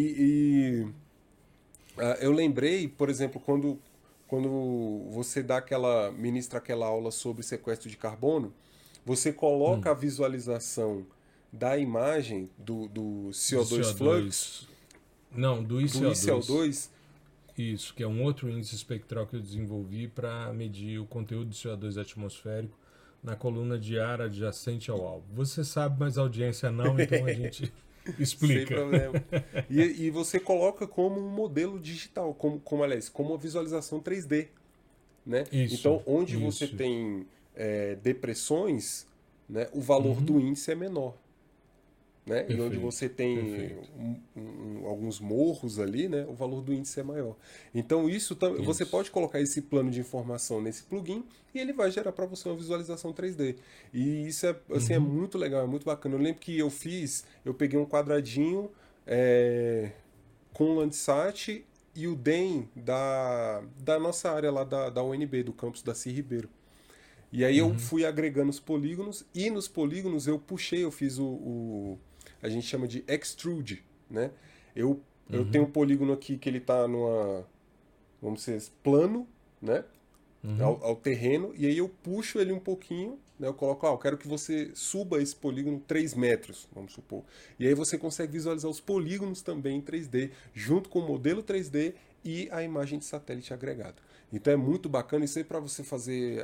Eu lembrei, por exemplo, quando você ministra aquela aula sobre sequestro de carbono, você coloca a visualização da imagem do CO2 flux. Não, do ICO2. Do ICO2. Isso, que é um outro índice espectral que eu desenvolvi para medir o conteúdo de CO2 atmosférico na coluna de ar adjacente ao alvo. Você sabe, mas a audiência não, então a gente explica. Sem problema. E você coloca como um modelo digital, como uma visualização 3D. Né? Então, onde você tem depressões, né, o valor do índice é menor. Né? E onde você tem alguns morros ali, né, o valor do índice é maior. Então você pode colocar esse plano de informação nesse plugin e ele vai gerar para você uma visualização 3D. E isso é muito legal, é muito bacana. Eu lembro que eu peguei um quadradinho com o Landsat e o DEM da nossa área lá da UNB, do campus da CI Ribeiro. E aí eu fui agregando os polígonos, e nos polígonos eu fiz a gente chama de extrude, né? Eu tenho um polígono aqui que ele está vamos dizer, plano, né? Ao terreno, e aí eu puxo ele um pouquinho, né? Eu coloco, eu quero que você suba esse polígono 3 metros, vamos supor. E aí você consegue visualizar os polígonos também em 3D, junto com o modelo 3D e a imagem de satélite agregado. Então é muito bacana isso aí para você fazer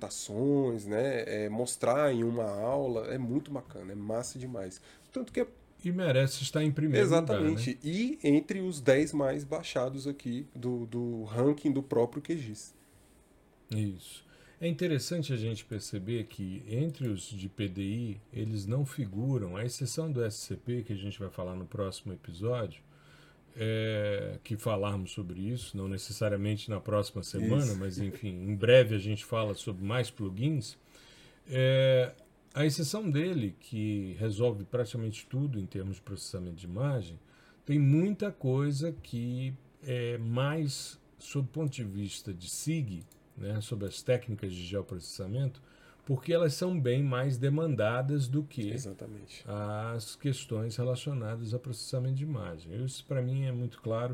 apresentações, né? Mostrar em uma aula, é muito bacana, é massa demais. Tanto que E merece estar em primeiro Exatamente. lugar, né? E entre os 10 mais baixados aqui do ranking do próprio QGIS. Isso. É interessante a gente perceber que entre os de PDI, eles não figuram, à exceção do SCP, que a gente vai falar no próximo episódio, que falarmos sobre isso, não necessariamente na próxima semana, Isso. mas enfim, em breve a gente fala sobre mais plugins. A exceção dele, que resolve praticamente tudo em termos de processamento de imagem, tem muita coisa que é mais, sob o ponto de vista de SIG, né, sobre as técnicas de geoprocessamento, porque elas são bem mais demandadas do que Exatamente. as questões relacionadas a processamento de imagem. Isso, para mim, é muito claro.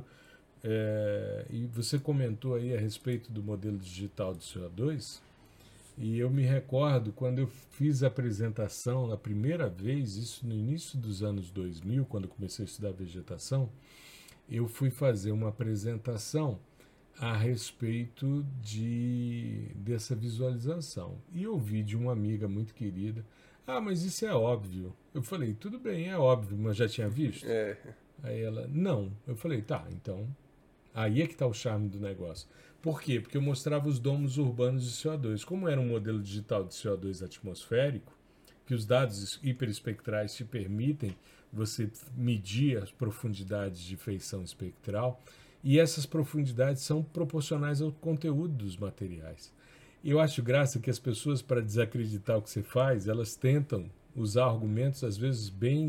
E você comentou aí a respeito do modelo digital de CO2, e eu me recordo quando eu fiz a apresentação a primeira vez, isso no início dos anos 2000, quando eu comecei a estudar vegetação, eu fui fazer uma apresentação a respeito dessa visualização. E ouvi de uma amiga muito querida: ah, mas isso é óbvio. Eu falei: tudo bem, é óbvio, mas já tinha visto? É. Aí ela: não. Eu falei: tá, então aí é que está o charme do negócio. Por quê? Porque eu mostrava os domos urbanos de CO2. Como era um modelo digital de CO2 atmosférico, que os dados hiperespectrais te permitem você medir as profundidades de feição espectral, e essas profundidades são proporcionais ao conteúdo dos materiais. E eu acho graça que as pessoas, para desacreditar o que você faz, elas tentam usar argumentos, às vezes, bem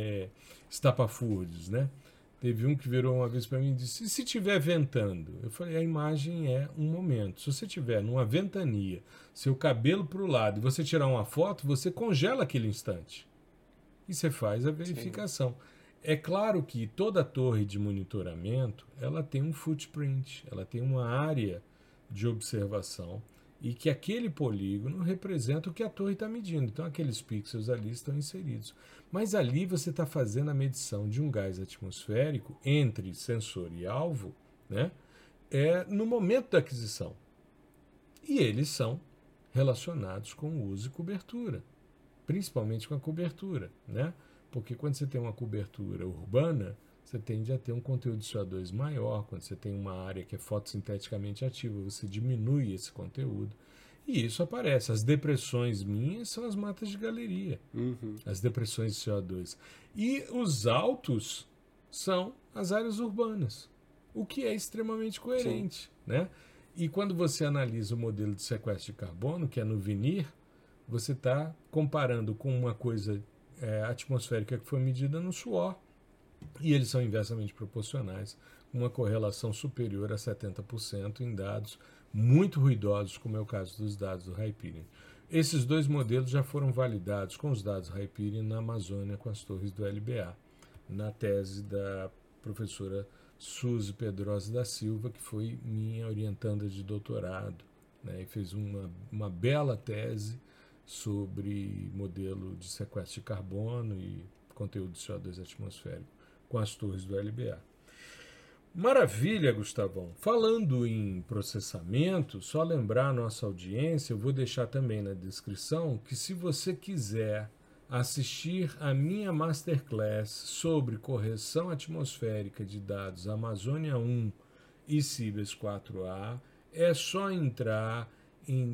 estapafúrdios, né? Teve um que virou uma vez para mim e disse: e se estiver ventando? Eu falei: a imagem é um momento. Se você tiver numa ventania, seu cabelo para o lado, e você tirar uma foto, você congela aquele instante. E você faz a verificação. Sim. É claro que toda torre de monitoramento, ela tem um footprint, ela tem uma área de observação, e que aquele polígono representa o que a torre está medindo. Então aqueles pixels ali estão inseridos. Mas ali você está fazendo a medição de um gás atmosférico entre sensor e alvo, né, no momento da aquisição. E eles são relacionados com o uso e cobertura, principalmente com a cobertura, né? Porque quando você tem uma cobertura urbana, você tende a ter um conteúdo de CO2 maior. Quando você tem uma área que é fotossinteticamente ativa, você diminui esse conteúdo. E isso aparece. As depressões minhas são as matas de galeria. Uhum. As depressões de CO2. E os altos são as áreas urbanas, o que é extremamente coerente, né? E quando você analisa o modelo de sequestro de carbono, que é no VNIR, você está comparando com uma coisa atmosférica que foi medida no suor, e eles são inversamente proporcionais, com uma correlação superior a 70% em dados muito ruidosos, como é o caso dos dados do Hyperion. Esses dois modelos já foram validados com os dados Hyperion na Amazônia com as torres do LBA, na tese da professora Suzy Pedrosa da Silva, que foi minha orientanda de doutorado, né, e fez uma bela tese sobre modelo de sequestro de carbono e conteúdo de CO2 atmosférico com as torres do LBA. Maravilha, Gustavão. Falando em processamento, só lembrar a nossa audiência, eu vou deixar também na descrição, que se você quiser assistir a minha masterclass sobre correção atmosférica de dados Amazônia 1 e Cibers 4A, é só entrar em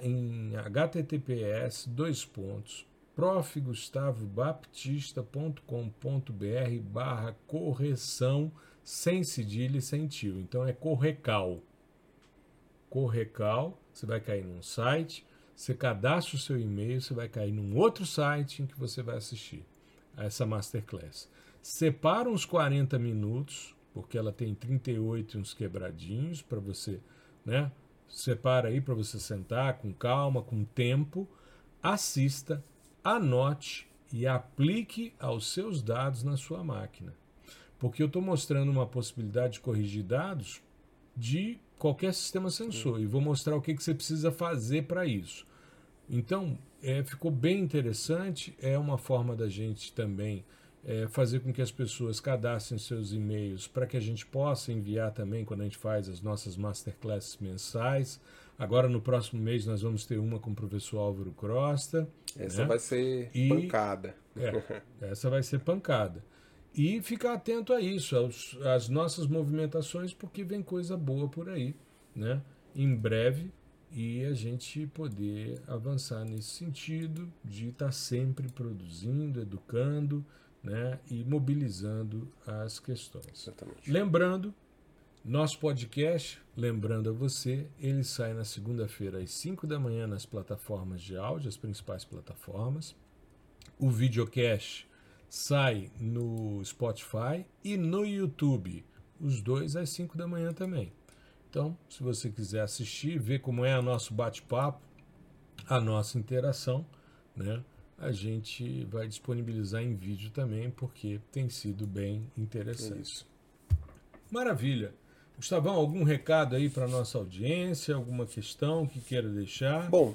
https://profgustavobaptista.com.br/correção sem cedilha e sem tio. Então é Correcal. Correcal, você vai cair num site, você cadastra o seu e-mail, você vai cair num outro site em que você vai assistir a essa masterclass. Separa uns 40 minutos, porque ela tem 38 e uns quebradinhos para você, né? Separa aí para você sentar com calma, com tempo, assista, anote e aplique aos seus dados na sua máquina. Porque eu estou mostrando uma possibilidade de corrigir dados de qualquer sistema sensor. E vou mostrar o que você precisa fazer para isso. Então, ficou bem interessante. É uma forma da gente também fazer com que as pessoas cadastrem seus e-mails para que a gente possa enviar também quando a gente faz as nossas masterclasses mensais. Agora, no próximo mês, nós vamos ter uma com o professor Álvaro Costa. Essa vai ser pancada. Essa vai ser pancada. E ficar atento a isso, às nossas movimentações, porque vem coisa boa por aí, né? Em breve, e a gente poder avançar nesse sentido de estar sempre produzindo, educando, né? E mobilizando as questões. Exatamente. Lembrando, nosso podcast, lembrando a você, ele sai na segunda-feira às 5 da manhã nas plataformas de áudio, as principais plataformas. O videocast sai no Spotify e no YouTube, os dois às 5 da manhã também. Então, se você quiser assistir, ver como é o nosso bate-papo, a nossa interação, né, a gente vai disponibilizar em vídeo também, porque tem sido bem interessante. Isso. Maravilha. Gustavão, algum recado aí para nossa audiência, alguma questão que queira deixar? Bom,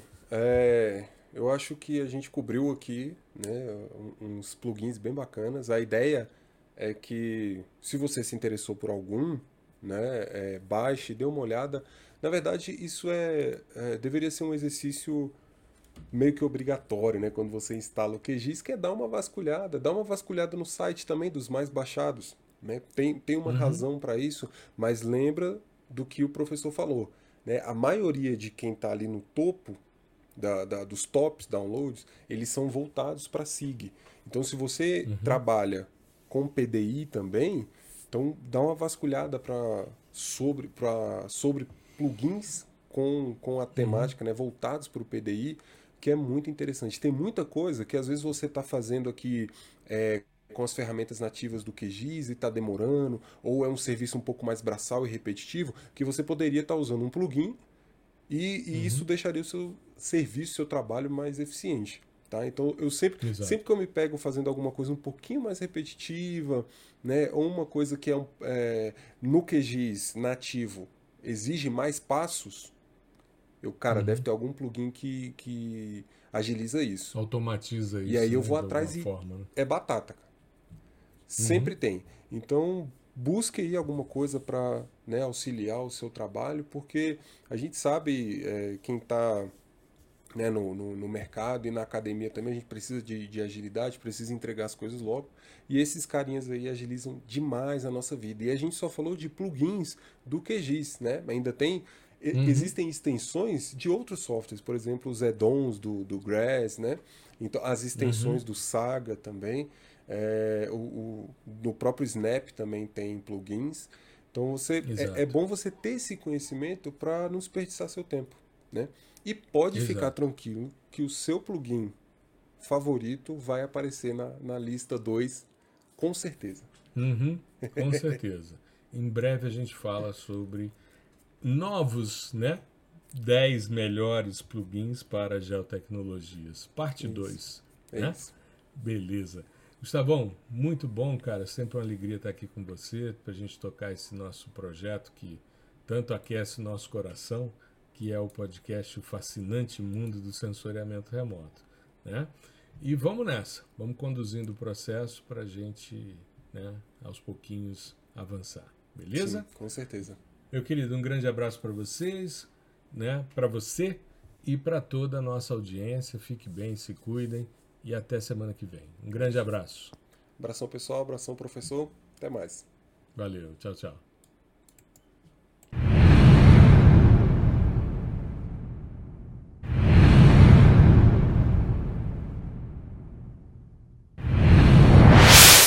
eu acho que a gente cobriu aqui, né, uns plugins bem bacanas. A ideia é que, se você se interessou por algum, né, baixe, dê uma olhada. Na verdade, isso deveria ser um exercício meio que obrigatório, né, quando você instala o QGIS, que é dar uma vasculhada. Dá uma vasculhada no site também dos mais baixados. Né? Tem uma razão para isso, mas lembra do que o professor falou. Né? A maioria de quem está ali no topo dos tops downloads, eles são voltados para SIG. Então, se você trabalha com PDI também, então dá uma vasculhada sobre plugins com a temática, né, voltados para o PDI, que é muito interessante. Tem muita coisa que às vezes você está fazendo aqui com as ferramentas nativas do QGIS e está demorando, ou é um serviço um pouco mais braçal e repetitivo, que você poderia estar usando um plugin e isso deixaria o seu serviço, seu trabalho mais eficiente. Tá? Então, eu sempre que eu me pego fazendo alguma coisa um pouquinho mais repetitiva, né, ou uma coisa que no QGIS nativo exige mais passos, deve ter algum plugin que agiliza isso. Automatiza isso. E aí eu vou de atrás e forma, né? é batata, cara. Sempre tem. Então, busque aí alguma coisa para, né, auxiliar o seu trabalho, porque a gente sabe, quem está, né, no mercado e na academia também, a gente precisa de agilidade, precisa entregar as coisas logo. E esses carinhas aí agilizam demais a nossa vida. E a gente só falou de plugins do QGIS, né? Ainda tem... Existem extensões de outros softwares, por exemplo, os add-ons do Grass, né? Então, as extensões do Saga também. No próprio Snap também tem plugins. Então é bom você ter esse conhecimento para não desperdiçar seu tempo, né? E pode ficar tranquilo que o seu plugin favorito vai aparecer na lista 2, com certeza. Com certeza. Em breve a gente fala sobre novos, né? 10 melhores plugins para geotecnologias. Parte 2. Né? Isso. Beleza. Gustavão, muito bom, cara. Sempre uma alegria estar aqui com você, para a gente tocar esse nosso projeto que tanto aquece o nosso coração, que é o podcast O Fascinante Mundo do Sensoriamento Remoto. Né? E vamos nessa. Vamos conduzindo o processo para a gente, né, aos pouquinhos, avançar. Beleza? Sim, com certeza. Meu querido, um grande abraço para vocês, né, para você e para toda a nossa audiência. Fique bem, se cuidem. E até semana que vem. Um grande abraço. Abração, pessoal. Abração, professor. Até mais. Valeu. Tchau, tchau.